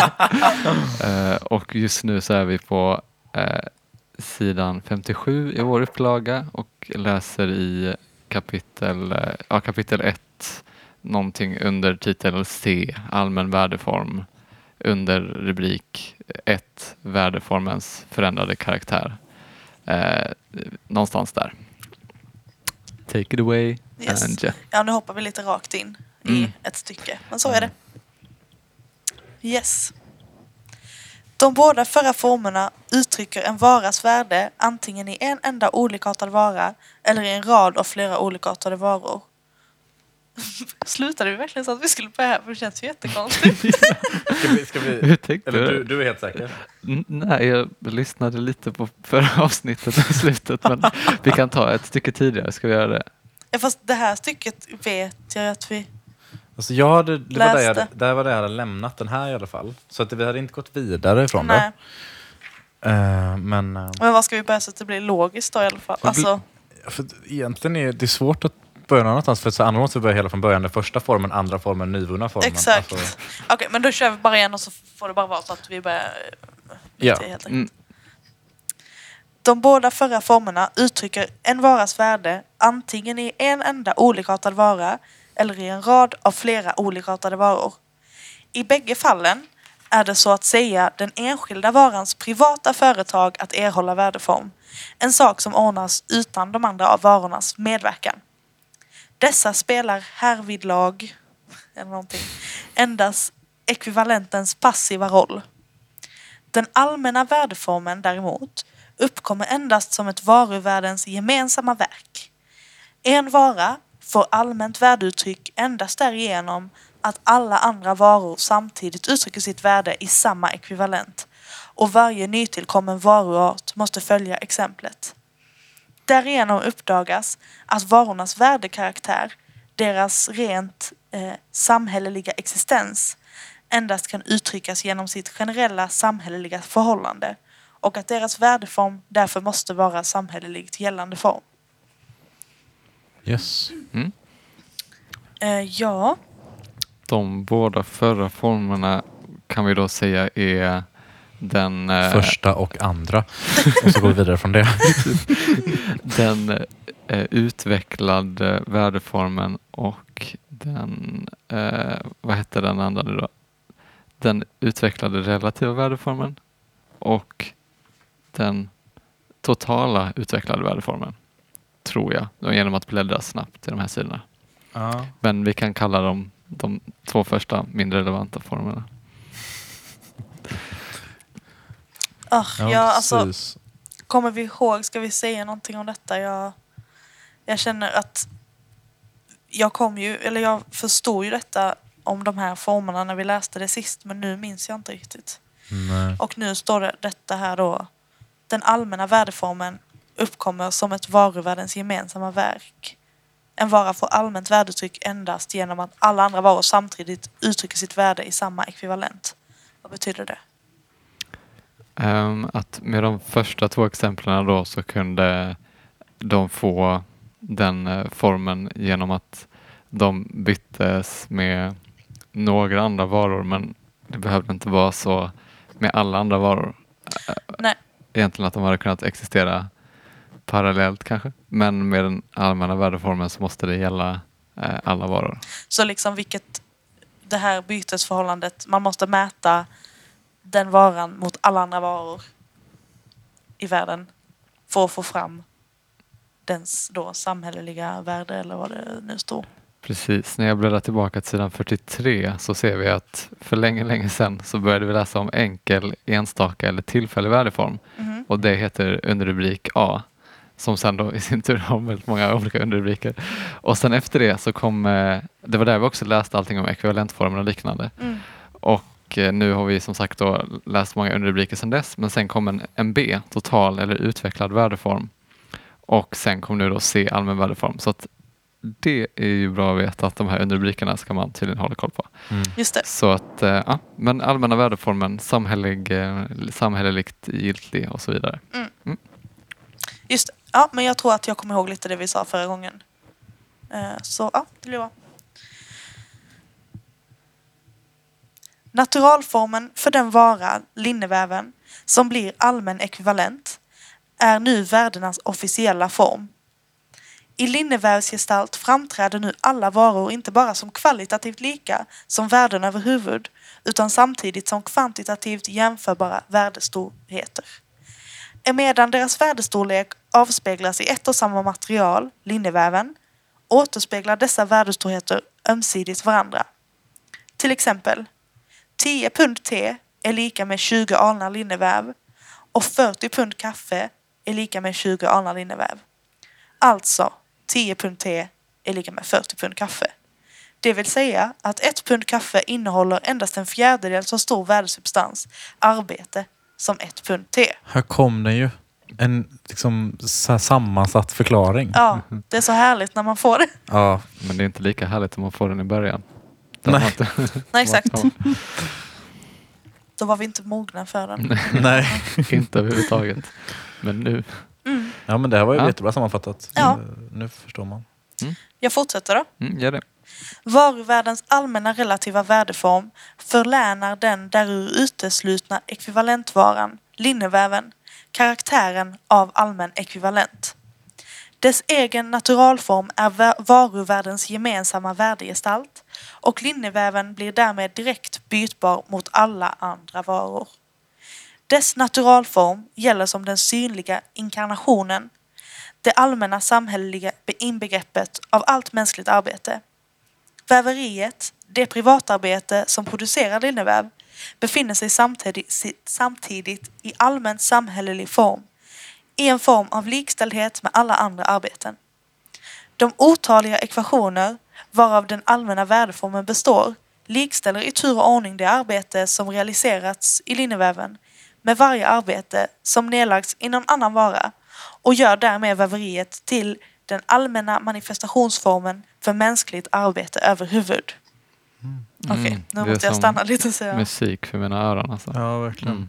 Och just nu så är vi på sidan 57 i vår upplaga och läser i kapitel 1, någonting under titel C, allmän värdeform, under rubrik 1, värdeformens förändrade karaktär. Någonstans där. Take it away. Yes. And Ja, nu hoppar vi lite rakt in i ett stycke. Men så är det. Yes. De båda förra formerna uttrycker en varas värde antingen i en enda olikartad vara eller i en rad av flera olikartade varor. Slutade vi verkligen så att vi skulle börja här? För det känns ju jättekonstigt. Ska vi, hur tänkte eller du är helt säker? Nej, jag lyssnade lite på förra avsnittet och slutet, men vi kan ta ett stycke tidigare, ska vi göra det? Ja, fast det här stycket vet jag att vi... Alltså det var Läste. där jag hade lämnat den här i alla fall. Så att vi hade inte gått vidare ifrån Nej. det. Men vad ska vi börja så att det blir logiskt då i alla fall? Alltså, för egentligen är det svårt att börja någonstans. För så andra måste vi börja hela från början. Den första formen, andra formen, nyvunna formen. exakt. Alltså, Okej, men då kör vi bara igen och så får det bara vara så att vi börjar... Ja. Helt enkelt. De båda förra formerna uttrycker en varas värde antingen i en enda olikartad vara eller i en rad av flera olikartade varor. I bägge fallen är det så att säga den enskilda varans privata företag att erhålla värdeform. En sak som ordnas utan de andra av varornas medverkan. Dessa spelar härvidlag eller någonting, endast ekvivalentens passiva roll. Den allmänna värdeformen däremot uppkommer endast som ett varuvärdens gemensamma verk. En vara får allmänt värdeuttryck endast därigenom att alla andra varor samtidigt uttrycker sitt värde i samma ekvivalent och varje nytillkommen varuart måste följa exemplet. Därigenom uppdagas att varornas värdekaraktär, deras rent samhälleliga existens, endast kan uttryckas genom sitt generella samhälleliga förhållande och att deras värdeform därför måste vara samhälleligt gällande form. yes. Ja. De båda förra formerna kan vi då säga är den... Första och andra. Och så går vi vidare från det. den utvecklade värdeformen och den... vad hette den andra nu då? Den utvecklade relativa värdeformen och den totala utvecklade värdeformen, tror jag, genom att bläddra snabbt i de här sidorna. Ja. Men vi kan kalla dem de två första mindre relevanta formerna. Ja, alltså, precis. kommer vi ihåg, ska vi säga någonting om detta? Jag känner att jag förstod ju detta om de här formerna när vi läste det sist, men nu minns jag inte riktigt. Nej. Och nu står det detta här då. Den allmänna värdeformen uppkommer som ett varuvärdens gemensamma verk. En vara får allmänt värdeuttryck endast genom att alla andra varor samtidigt uttrycker sitt värde i samma ekvivalent. Vad betyder det? Att med de första två exemplen då så kunde de få den formen genom att de byttes med några andra varor, men det behövde inte vara så med alla andra varor. Nej. Egentligen att de hade kunnat existera parallellt kanske, men med den allmänna värdeformen så måste det gälla alla varor. Så liksom vilket det här bytesförhållandet, man måste mäta den varan mot alla andra varor i världen för att få fram dens då samhälleliga värde eller vad det nu står. Precis, när jag bläddrar tillbaka till sidan 43 så ser vi att för länge sedan så började vi läsa om enkel, enstaka eller tillfällig värdeform. Och det heter underrubrik A, som sen då i sin tur har väldigt många olika underrubriker. Och sen efter det så kom, det var där vi också läste allting om ekvivalentformer och liknande. Och nu har vi som sagt då läst många underrubriker sedan dess, men sen kom en B, total eller utvecklad värdeform. Och sen kom nu då C, allmän värdeform. Så att det är ju bra att veta att de här underrubrikerna ska man tydligen hålla koll på. Just det. Så att, ja, men allmänna värdeformen, samhälleligt giltig och så vidare. Just det. Ja, men jag tror att jag kommer ihåg lite det vi sa förra gången. Så ja, det blir bra. Naturalformen för den vara, linneväven, som blir allmän ekvivalent är nu värdenas officiella form. I linnevävsgestalt framträder nu alla varor inte bara som kvalitativt lika som värden över huvud, utan samtidigt som kvantitativt jämförbara värdestorheter. Emedan deras värdestorlek avspeglas i ett och samma material, linneväven, återspeglar dessa värdestorheter ömsidigt varandra. Till exempel, 10 pund te är lika med 20 alnar linneväv och 40 pund kaffe är lika med 20 alnar linneväv. Alltså, 10 pund te är lika med 40 pund kaffe. Det vill säga att 1 pund kaffe innehåller endast en fjärdedel så stor värdesubstans, arbete, som 1 pund te. Här kom det ju en liksom sammansatt förklaring. Ja, det är så härligt när man får det. Ja. Men det är inte lika härligt om man får den i början. Nej. Nej, exakt. Då var vi inte mogna för den. Nej. Inte överhuvudtaget. Men nu. Ja, men det här var ju jättebra sammanfattat. Ja. Nu förstår man. Jag fortsätter då. Gör det. Varuvärldens allmänna relativa värdeform förlänar den därur uteslutna ekvivalentvaran, linneväven, karaktären av allmän ekvivalent. Dess egen naturalform är varuvärldens gemensamma värdegestalt och linneväven blir därmed direkt bytbar mot alla andra varor. Dess naturalform gäller som den synliga inkarnationen, det allmänna samhälleliga inbegreppet av allt mänskligt arbete. Väveriet, det privatarbete som producerar linneväv, befinner sig samtidigt i allmän samhällelig form, i en form av likställdhet med alla andra arbeten. De otaliga ekvationer varav den allmänna värdeformen består likställer i tur och ordning det arbete som realiserats i linneväven med varje arbete som nedlagts i någon annan vara och gör därmed väveriet till den allmänna manifestationsformen för mänskligt arbete överhuvud. Okej, nu måste jag stanna lite och säga. Musik för mina öron alltså. Ja, verkligen.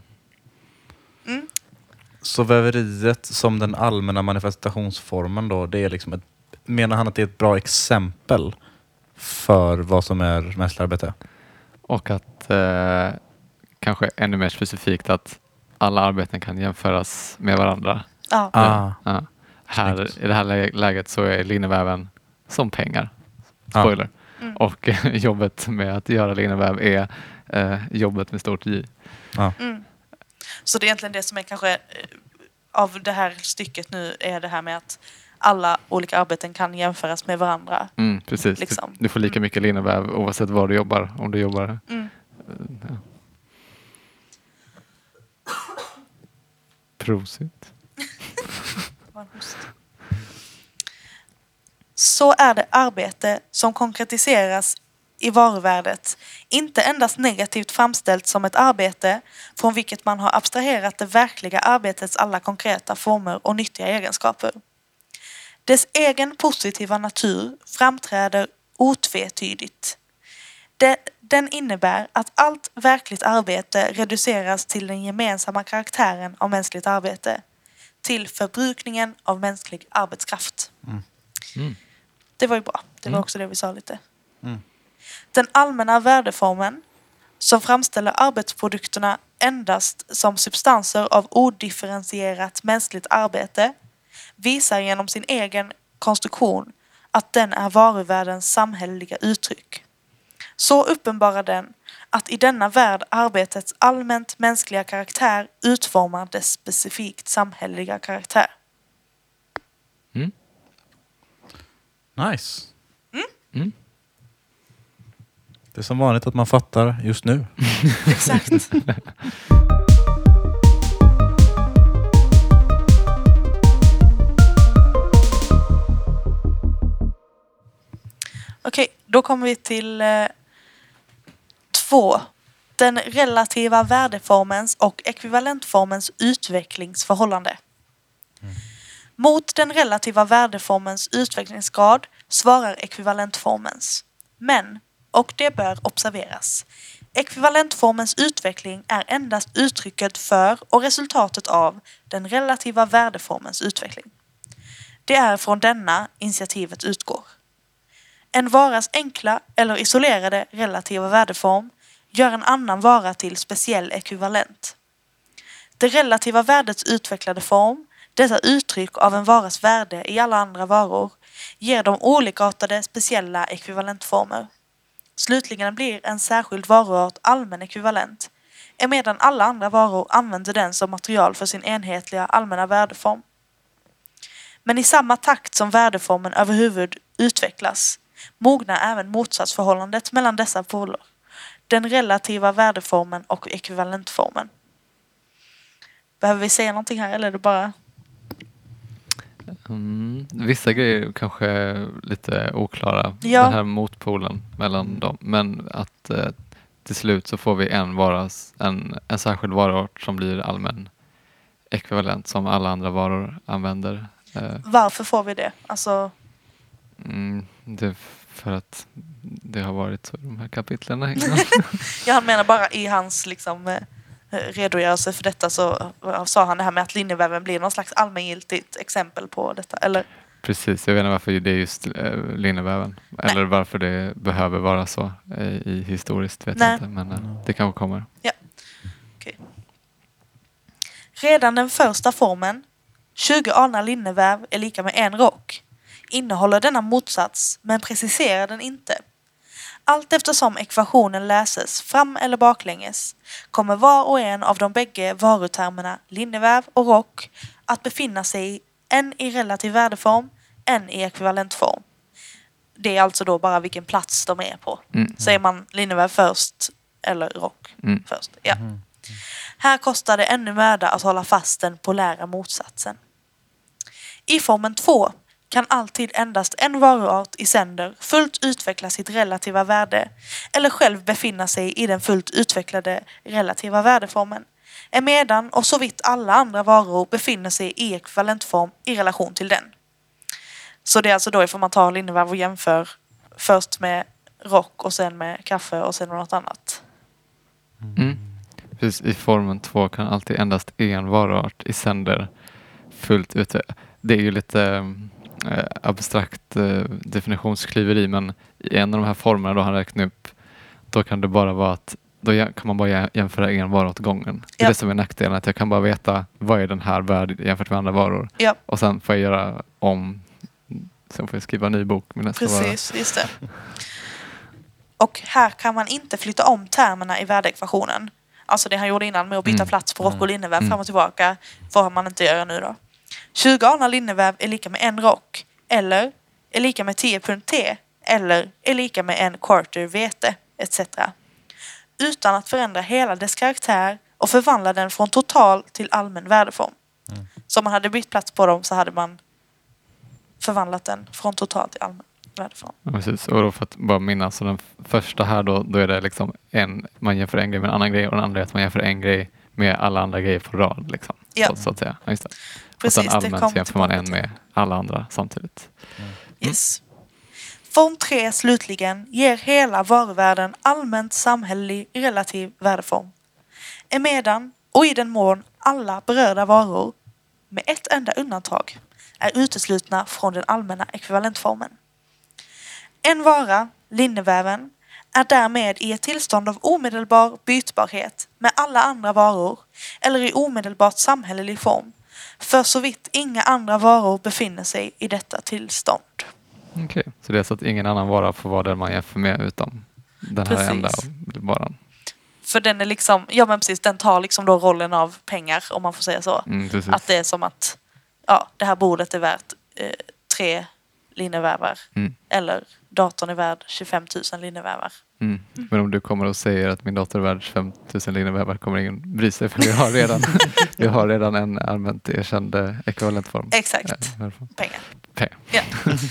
Så väveriet som den allmänna manifestationsformen då, det är liksom menar han att det är ett bra exempel för vad som är mänskligt arbete? Och att kanske ännu mer specifikt att alla arbeten kan jämföras med varandra. Ja. Ja. Här, i det här läget så är linneväven som pengar. Spoiler. Och jobbet med att göra linneväv är jobbet med stort J. Så det är egentligen det som är kanske av det här stycket nu är det här med att alla olika arbeten kan jämföras med varandra. Precis. Liksom. Du får lika mycket linneväv oavsett var du jobbar. Om du jobbar. Ja. Prosit. Så är det arbete som konkretiseras i varuvärdet inte endast negativt framställt som ett arbete från vilket man har abstraherat det verkliga arbetets alla konkreta former och nyttiga egenskaper. Dess egen positiva natur framträder otvetydigt. Den innebär att allt verkligt arbete reduceras till den gemensamma karaktären av mänskligt arbete, till förbrukningen av mänsklig arbetskraft. Det var ju bra. Det var också det vi sa lite. Den allmänna värdeformen som framställer arbetsprodukterna endast som substanser av odifferentierat mänskligt arbete visar genom sin egen konstruktion att den är varuvärldens samhälleliga uttryck. Så uppenbarar den att i denna värld arbetets allmänt mänskliga karaktär utformar dess specifikt samhälleliga karaktär. Nice. Det är som vanligt att man fattar just nu. Exakt. Okej, då kommer vi till 2. Den relativa värdeformens och ekvivalentformens utvecklingsförhållande. Mot den relativa värdeformens utvecklingsgrad svarar ekvivalentformens. Men, och det bör observeras, ekvivalentformens utveckling är endast uttrycket för och resultatet av den relativa värdeformens utveckling. Det är från denna initiativet utgår. En varas enkla eller isolerade relativa värdeform gör en annan vara till speciell ekvivalent. Det relativa värdets utvecklade form, detta uttryck av en varas värde i alla andra varor, ger de olikartade speciella ekvivalentformer. Slutligen blir en särskild varuart allmän ekvivalent, emedan alla andra varor använder den som material för sin enhetliga allmänna värdeform. Men i samma takt som värdeformen överhuvud utvecklas, mognar även motsatsförhållandet mellan dessa poler, den relativa värdeformen och ekvivalentformen. Behöver vi säga någonting här eller är det bara... Vissa grejer kanske är lite oklara. Ja. Den här motpolen mellan dem. Men att till slut så får vi en särskild varuart som blir allmän ekvivalent som alla andra varor använder. Varför får vi det? Alltså... Det är för att det har varit så i de här kapitlen. Jag menar bara i hans liksom, redogörelse för detta så sa han det här med att linneväven blir någon slags allmängiltigt exempel på detta, eller? Precis, jag vet inte varför det är just linneväven. Nej. Eller varför det behöver vara så i historiskt vet jag inte, men det kanske kommer. Ja. Okay. Redan den första formen, 20 alnar linneväv är lika med en rock, innehåller denna motsats men preciserar den inte. Allt eftersom ekvationen läses fram eller baklänges kommer var och en av de bägge varutermerna linneväv och rock att befinna sig en i relativ värdeform, en i ekvivalentform. Det är alltså då bara vilken plats de är på. Säger man linneväv först eller rock först. Ja. Här kostar det ännu möda att hålla fast den polära motsatsen. I formen 2 kan alltid endast en varuart i sänder fullt utveckla sitt relativa värde eller själv befinna sig i den fullt utvecklade relativa värdeformen, emedan och så vitt alla andra varor befinner sig i ekvivalentform i relation till den. Så det är alltså då ifall man tar linneväv och jämför först med rock och sen med kaffe och sen med något annat. Precis, i formen 2 kan alltid endast en varuart i sänder fullt utveckla. Det är ju lite... abstrakt definitionsklyveri, men i en av de här formerna då han räknar upp, då kan det bara vara att då kan man bara jämföra en vara åt gången. Det är det som är nackdelen, att jag kan bara veta vad är den här värd jämfört med andra varor. Och sen får jag göra om, sen får jag skriva en ny bok med nästa vara. Precis, just det. Och här kan man inte flytta om termerna i värdeekvationen. Alltså det han gjorde innan med att byta plats på rock och linneväv fram och tillbaka får man inte göra nu då. 20 alnar linneväv är lika med en rock, eller är lika med 10 pund te, eller är lika med en quarter vete, etc. Utan att förändra hela dess karaktär och förvandla den från total till allmän värdeform. Så om man hade bytt plats på dem så hade man förvandlat den från total till allmän värdeform. Ja, precis. Och då för att bara minnas, så den första här då är det liksom man jämför en grej med en annan grej och den andra är att man jämför en grej med alla andra grejer på rad. Liksom. Så att säga. Ja, just det. Precis, och sen allmänt jämför man en med alla andra samtidigt. Yes. Form 3 slutligen ger hela varuvärlden allmänt samhällelig relativ värdeform. Emedan och i den mån alla berörda varor, med ett enda undantag, är uteslutna från den allmänna ekvivalentformen. En vara, linneväven, är därmed i ett tillstånd av omedelbar bytbarhet med alla andra varor eller i omedelbart samhällelig form, för så vitt inga andra varor befinner sig i detta tillstånd. Okej, så det är så att ingen annan vara får vara den man jämför med utom den här enda varan. För den är liksom, ja men precis, den tar liksom då rollen av pengar, om man får säga så. Att det är som att, ja, det här bordet är värt 3 linnevävar. Eller datorn är värd 25 000 linnevävar. Men om du kommer och säger att min dator är värd 25 000 linnevävar kommer ingen bry sig, för vi har redan en allmänt erkänd ekvivalentform. Exakt. Pengar. Ja.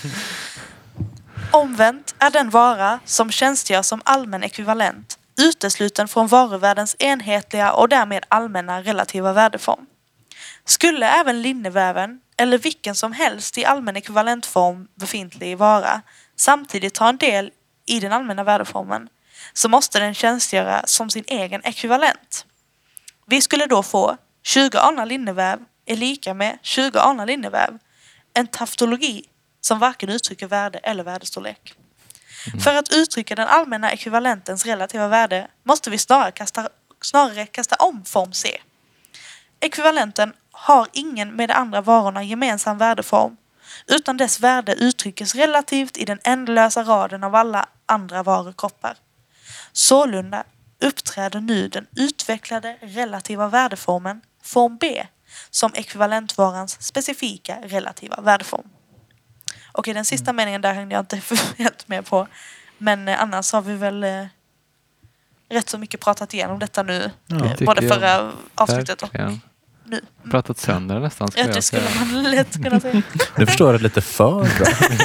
Omvänt är den vara som tjänstgör som allmän ekvivalent utesluten från varuvärdens enhetliga och därmed allmänna relativa värdeform. Skulle även linneväven eller vilken som helst i allmän ekvivalentform befintlig vara samtidigt ta en del i den allmänna värdeformen, så måste den tjänstgöra som sin egen ekvivalent. Vi skulle då få 20 arnar linneväv är lika med 20 arnar linneväv, en taftologi som varken uttrycker värde eller värdestorlek. För att uttrycka den allmänna ekvivalentens relativa värde måste vi snarare kasta om form C. Ekvivalenten har ingen med de andra varorna gemensam värdeform, utan dess värde uttryckes relativt i den ändlösa raden av alla andra varukroppar. Sålunda uppträder nu den utvecklade relativa värdeformen, form B, som ekvivalentvarans specifika relativa värdeform. Och i den sista meningen där hängde jag inte helt med på. Men annars har vi väl rätt så mycket pratat igenom detta nu. Både förra avsnittet och nu. Pratat sönder nästan. Det skulle man lätt kunna säga. Nu förstår jag lite för bra.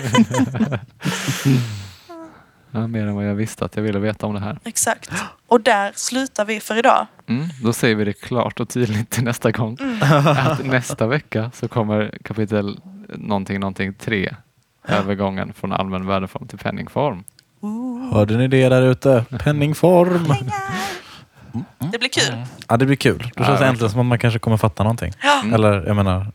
Ja, mer än vad jag visste att jag ville veta om det här. Exakt. Och där slutar vi för idag. Då säger vi det klart och tydligt till nästa gång. Att nästa vecka så kommer kapitel någonting 3. Övergången från allmän värdeform till penningform. Hörde ni det där ute? Penningform. Det blir kul. Ja, det blir kul. Då känns det äntligen som att man kanske kommer fatta någonting. Ja. Eller, jag menar...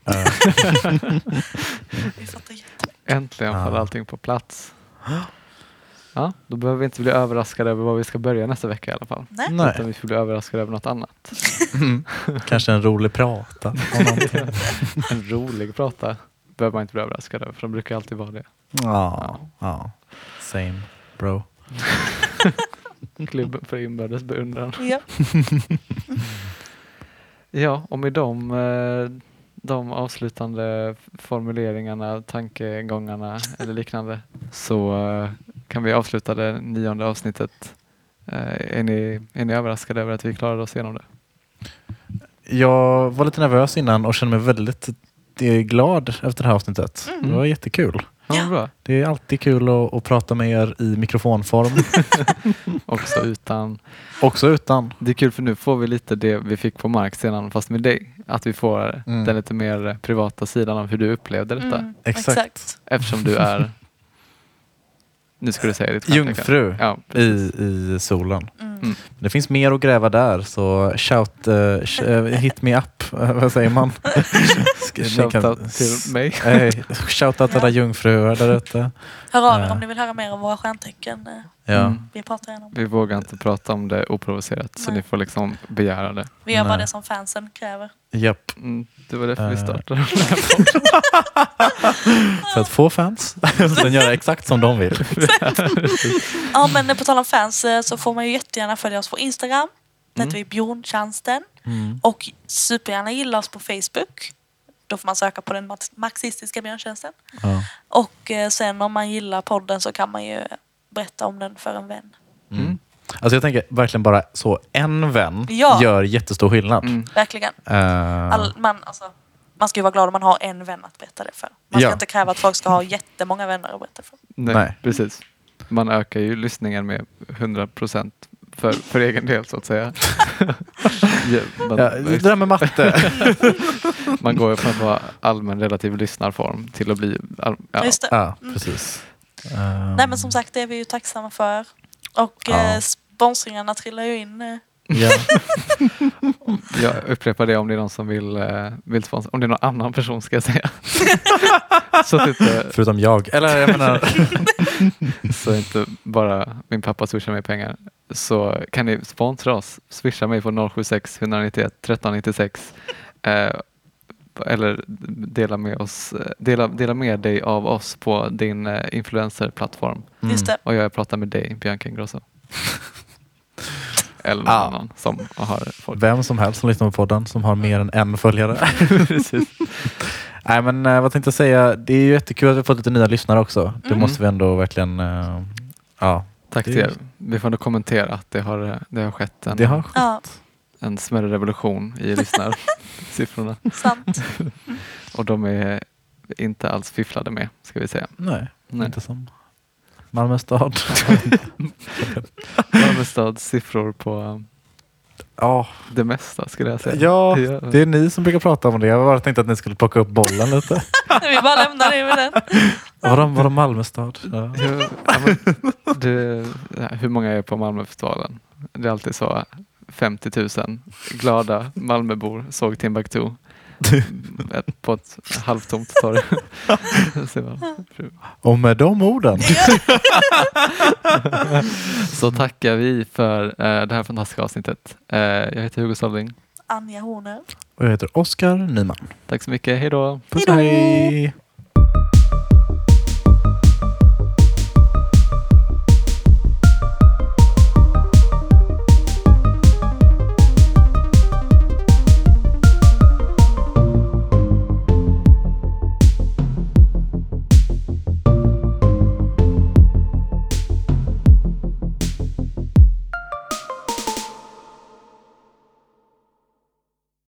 Vi fattar jättemycket. Äntligen faller allting på plats. Ja, då behöver vi inte bli överraskade över vad vi ska börja nästa vecka i alla fall. Nej. Utan vi får bli överraskade över något annat. Kanske en rolig prata. En rolig prata behöver man inte bli överraskad över, för de brukar alltid vara det. Ja. Same, bro. Klubben för inbördes beundran. Ja. Ja, och med de avslutande formuleringarna, tankegångarna eller liknande, så kan vi avsluta det 9:e avsnittet. Är ni överraskade över att vi klarade oss igenom det? Jag var lite nervös innan och kände mig väldigt glad efter det här avsnittet. Det var jättekul. Ja, bra. Det är alltid kul att prata med er i mikrofonform. Också utan. Det är kul, för nu får vi lite det vi fick på Mark sedan, fast med dig. Att vi får den lite mer privata sidan av hur du upplevde detta. Exakt. Eftersom du är... Nu ska du säga ditt jungfru i solen. Det finns mer att gräva där, så hit me up. Vad säger man? Shoutout till mig. Shoutout till alla jungfruar där ute. Hör av er om ni vill höra mer om våra stjärntecken. Vi pratar gärna om det. Vi vågar inte prata om det oprovocerat, så ni får liksom begära det. Vi gör bara det som fansen kräver. Japp. Det var därför vi startade. För att få fans. Så den gör exakt som de vill. Ja, men på tal om fans så får man ju jättegärna följa oss på Instagram. Där heter vi Bjorntjänsten. Och supergärna gilla oss på Facebook. Då får man söka på den marxistiska björntjänsten. Och sen om man gillar podden så kan man ju berätta om den för en vän. Alltså jag tänker verkligen bara så en vän gör jättestor skillnad. Verkligen. Man ska ju vara glad om man har en vän att berätta det för. Man ska inte kräva att folk ska ha jättemånga vänner att berätta för. Nej, precis. Man ökar ju lyssningen med 100% för egen del, så att säga. Det där med matte. Man går ju från att vara allmän relativ lyssnarform till att bli... Just det. Ja, precis. Nej, men som sagt, det är vi ju tacksamma för. Och sponsringarna trillar ju in. Jag upprepar det om det är någon som vill sponsra. Om det är någon annan person, ska jag säga. Så inte, förutom jag. Eller jag menar... så inte bara min pappa swishar mig pengar. Så kan ni sponsra oss. Swisha mig på 076 191 1396. Eller dela med dig av oss på din influencerplattform. Just det. Och jag pratar med dig, Bianca Ingrosso. Eller någon annan som har folk. Vem som helst som lyssnar på podden som har mer än en följare. Precis. Nej, men vad tänkte jag säga? Det är ju jättekul att vi har fått lite nya lyssnare också. Det måste vi ändå verkligen... Tack till er. Vi får ändå kommentera att det har skett en smärre revolution i lyssnarsiffrorna. Sant. Och de är inte alls fifflade med, ska vi säga. Nej. Inte som Malmö stad. Malmö stads siffror på det mesta, skulle jag säga. Ja, det är ni som brukar prata om det. Jag bara tänkte att ni skulle plocka upp bollen lite. Vi bara lämnar det med den. Var de Malmö stad? Ja. Hur många är på Malmöfestivalen? Det är alltid så 50 000 glada Malmöbor såg Timbuktu på ett halvtomt torg. Och med de orden så tackar vi för det här fantastiska avsnittet. Jag heter Hugo Salving. Anja Horner. och jag heter Oskar Nyman. Tack så mycket, hej då! Puss och hej!